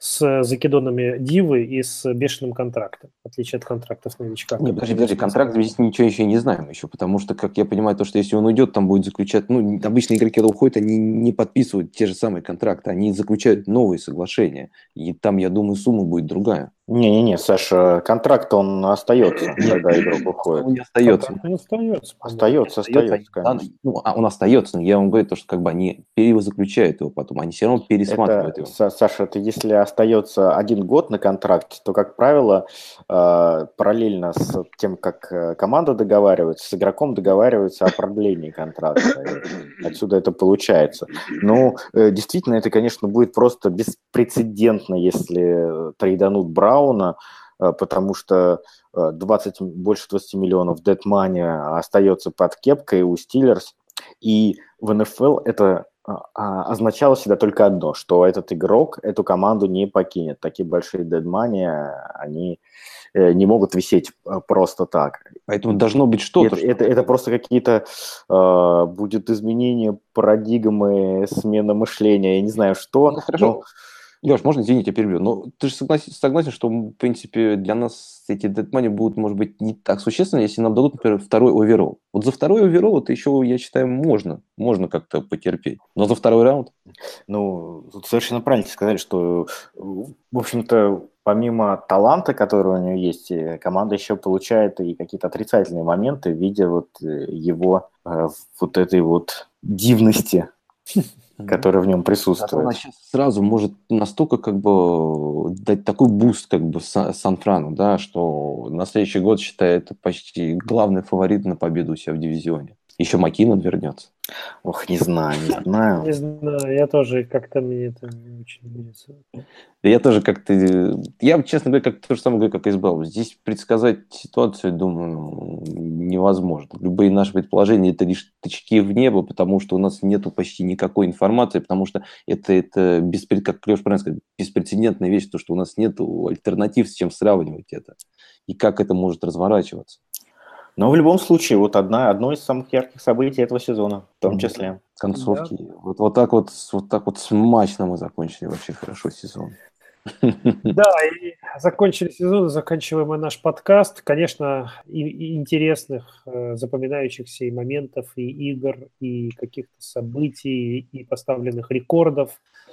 с закидонами дивы и с бешеным контрактом, в отличие от контрактов новичка. Не, подожди, подожди, контракт здесь ничего еще не знаем еще, потому что, как я понимаю, то, что если он уйдет, там будет заключать, ну, обычные игроки, когда уходят, они не подписывают те же самые контракты, они заключают новые соглашения, и там, я думаю, сумма будет другая. Не-не-не, Саша, контракт, он остается, когда игрок уходит. Он не остается. Он остается. Остается, остается, конечно. Ну, он остается, но я вам говорю, то, что как бы они перезаключают его потом, они все равно пересматривают это, его. Саша, это если остается один год на контракте, то, как правило, параллельно с тем, как команда договаривается, с игроком договаривается о продлении контракта. Отсюда это получается. Ну, действительно, это, конечно, будет просто беспрецедентно, если трейданут Брауна, потому что двадцать, больше двадцати миллионов dead money остается под кепкой у Стиллерс. И в эн эф эл это означало всегда только одно, что этот игрок эту команду не покинет. Такие большие dead money, они не могут висеть просто так. Поэтому должно быть что-то. Это, что это, это просто какие-то э, будет изменения парадигмы, смена мышления, я не знаю что. Ну, хорошо. Но... Леш, можно, извините, я перебью, но ты же согласен, согласен, что, в принципе, для нас эти дедмани будут, может быть, не так существенно, если нам дадут, например, второй оверолл. Вот за второй оверолл это еще, я считаю, можно, можно как-то потерпеть. Но за второй раунд? Ну, тут совершенно правильно сказали, что, в общем-то, помимо таланта, который у него есть, команда еще получает и какие-то отрицательные моменты в виде вот его вот этой вот дивности. который в нем Зато присутствует. она сейчас сразу может настолько как бы дать такой буст как бы Са- Сан-Франу, да, что на следующий год считает почти главный фаворит на победу у себя в дивизионе. Еще Маккинон вернется. Ох, не знаю, не знаю. Не знаю, я тоже как-то мне это не очень нравится. Да я тоже как-то... Я, честно говоря, как то же самое говорю, как Избал. Здесь предсказать ситуацию, думаю, невозможно. Любые наши предположения – это лишь тычки в небо, потому что у нас нету почти никакой информации, потому что это, это беспре... как Леша правильно сказал, беспрецедентная вещь, то, что у нас нету альтернатив, с чем сравнивать это. И как это может разворачиваться. Но в любом случае, вот одна, одно из самых ярких событий этого сезона, в том числе. Концовки. Да. Вот, вот, так вот, вот так вот смачно мы закончили вообще хорошо сезон. Да, и закончили сезон, заканчиваем мы наш подкаст. Конечно, и, и интересных, э, запоминающихся и моментов, и игр, и каких-то событий, и поставленных рекордов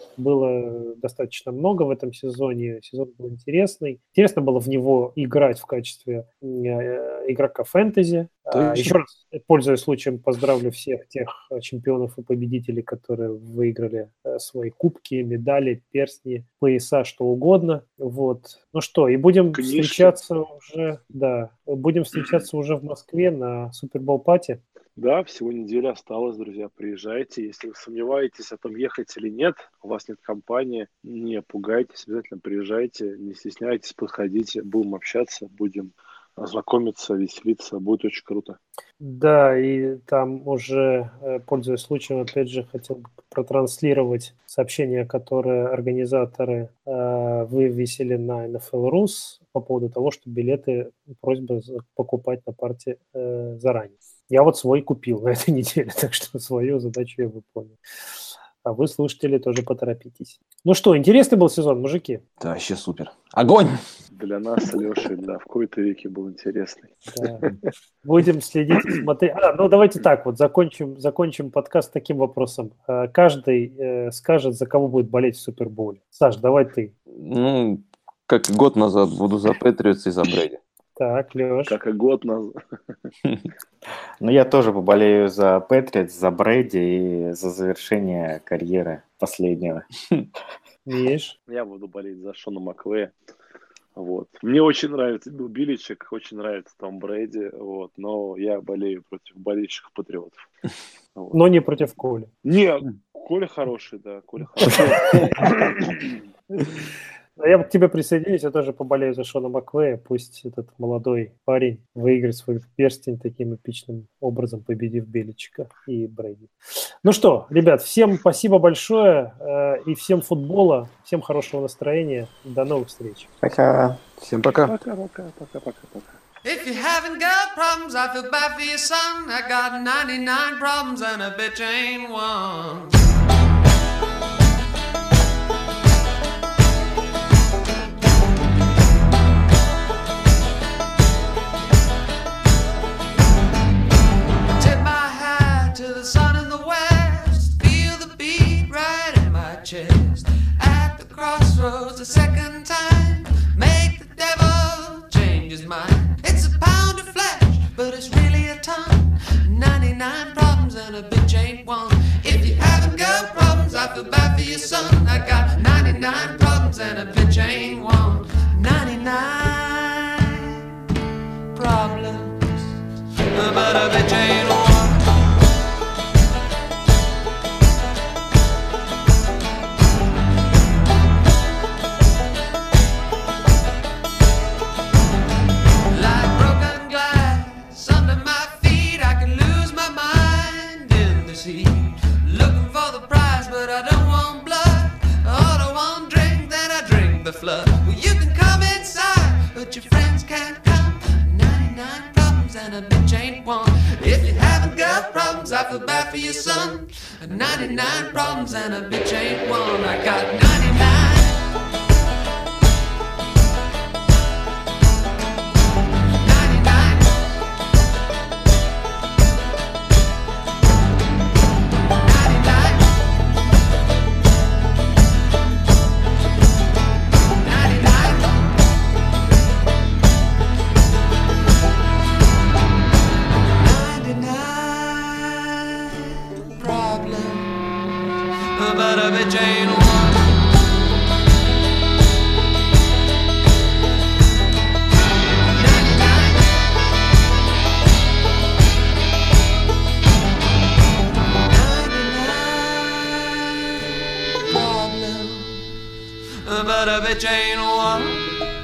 было достаточно много в этом сезоне. Сезон был интересный. Интересно было в него играть в качестве э, игрока фэнтези. А, еще раз, пользуясь случаем, поздравлю всех тех чемпионов и победителей, которые выиграли э, свои кубки, медали, перстни, пояса, что угодно. Вот. Ну что, и будем Книжки. встречаться уже, да, будем встречаться уже в Москве на Супербол-пати. Да, всего неделя осталась, друзья, приезжайте. Если вы сомневаетесь о том, ехать или нет, у вас нет компании, не пугайтесь, обязательно приезжайте, не стесняйтесь, подходите, будем общаться, будем знакомиться, веселиться, будет очень круто. Да, и там уже, пользуясь случаем, опять же, хотел бы протранслировать сообщение, которое организаторы э, вывесили на эн эф эл точка рус по поводу того, что билеты просьба покупать на парте э, заранее. Я вот свой купил на этой неделе, так что свою задачу я выполнил. А вы, слушатели, тоже поторопитесь. Ну что, интересный был сезон, мужики? Да, вообще супер. Огонь! Для нас с Алешей, да, в какой-то веке был интересный. Да. Будем следить, смотреть. А, ну давайте так вот, закончим, закончим подкаст таким вопросом. Каждый э, скажет, за кого будет болеть в Супербоуле. Саш, давай ты. Ну, как и год назад, буду за Патриотс и за Брэди. Так, Леш. Как и год назад. Ну, я тоже поболею за Патриотс, за Брэди и за завершение карьеры последнего. Миш? Я буду болеть за Шона Маквея. Вот. Мне очень нравится Билл Биличек, очень нравится Том Брэди, вот, но я болею против болельщиков Патриотов. Вот. Но не против Коли. Нет, Коля хороший, да, Коля хороший. Я к тебе присоединюсь, я тоже поболею за Шона Маквея. Пусть этот молодой парень выиграет свой перстень таким эпичным образом, победив Беличика и Брэди. Ну что, ребят, всем спасибо большое э, и всем футбола, всем хорошего настроения. До новых встреч. Пока. Всем пока. Пока-пока, пока-пока-пока. If you haven't got problems, I feel bad for your son. I got ninety-nine problems and a bitch ain't one. To the sun in the west, feel the beat right in my chest. At the crossroads a second time, make the devil change his mind. It's a pound of flesh, but it's really a ton. ninety-nine problems and a bitch ain't one. If you haven't got problems, I feel bad for your son. I got ninety-nine problems and a bitch ain't one. ninety-nine problems, but a bitch ain't one. Flood. Well, you can come inside, but your friends can't come. ninety-nine problems and a bitch ain't one. If you haven't got problems, I feel bad for your son. ninety-nine problems and a bitch ain't one. I got ninety-nine. but a bitch ain't one.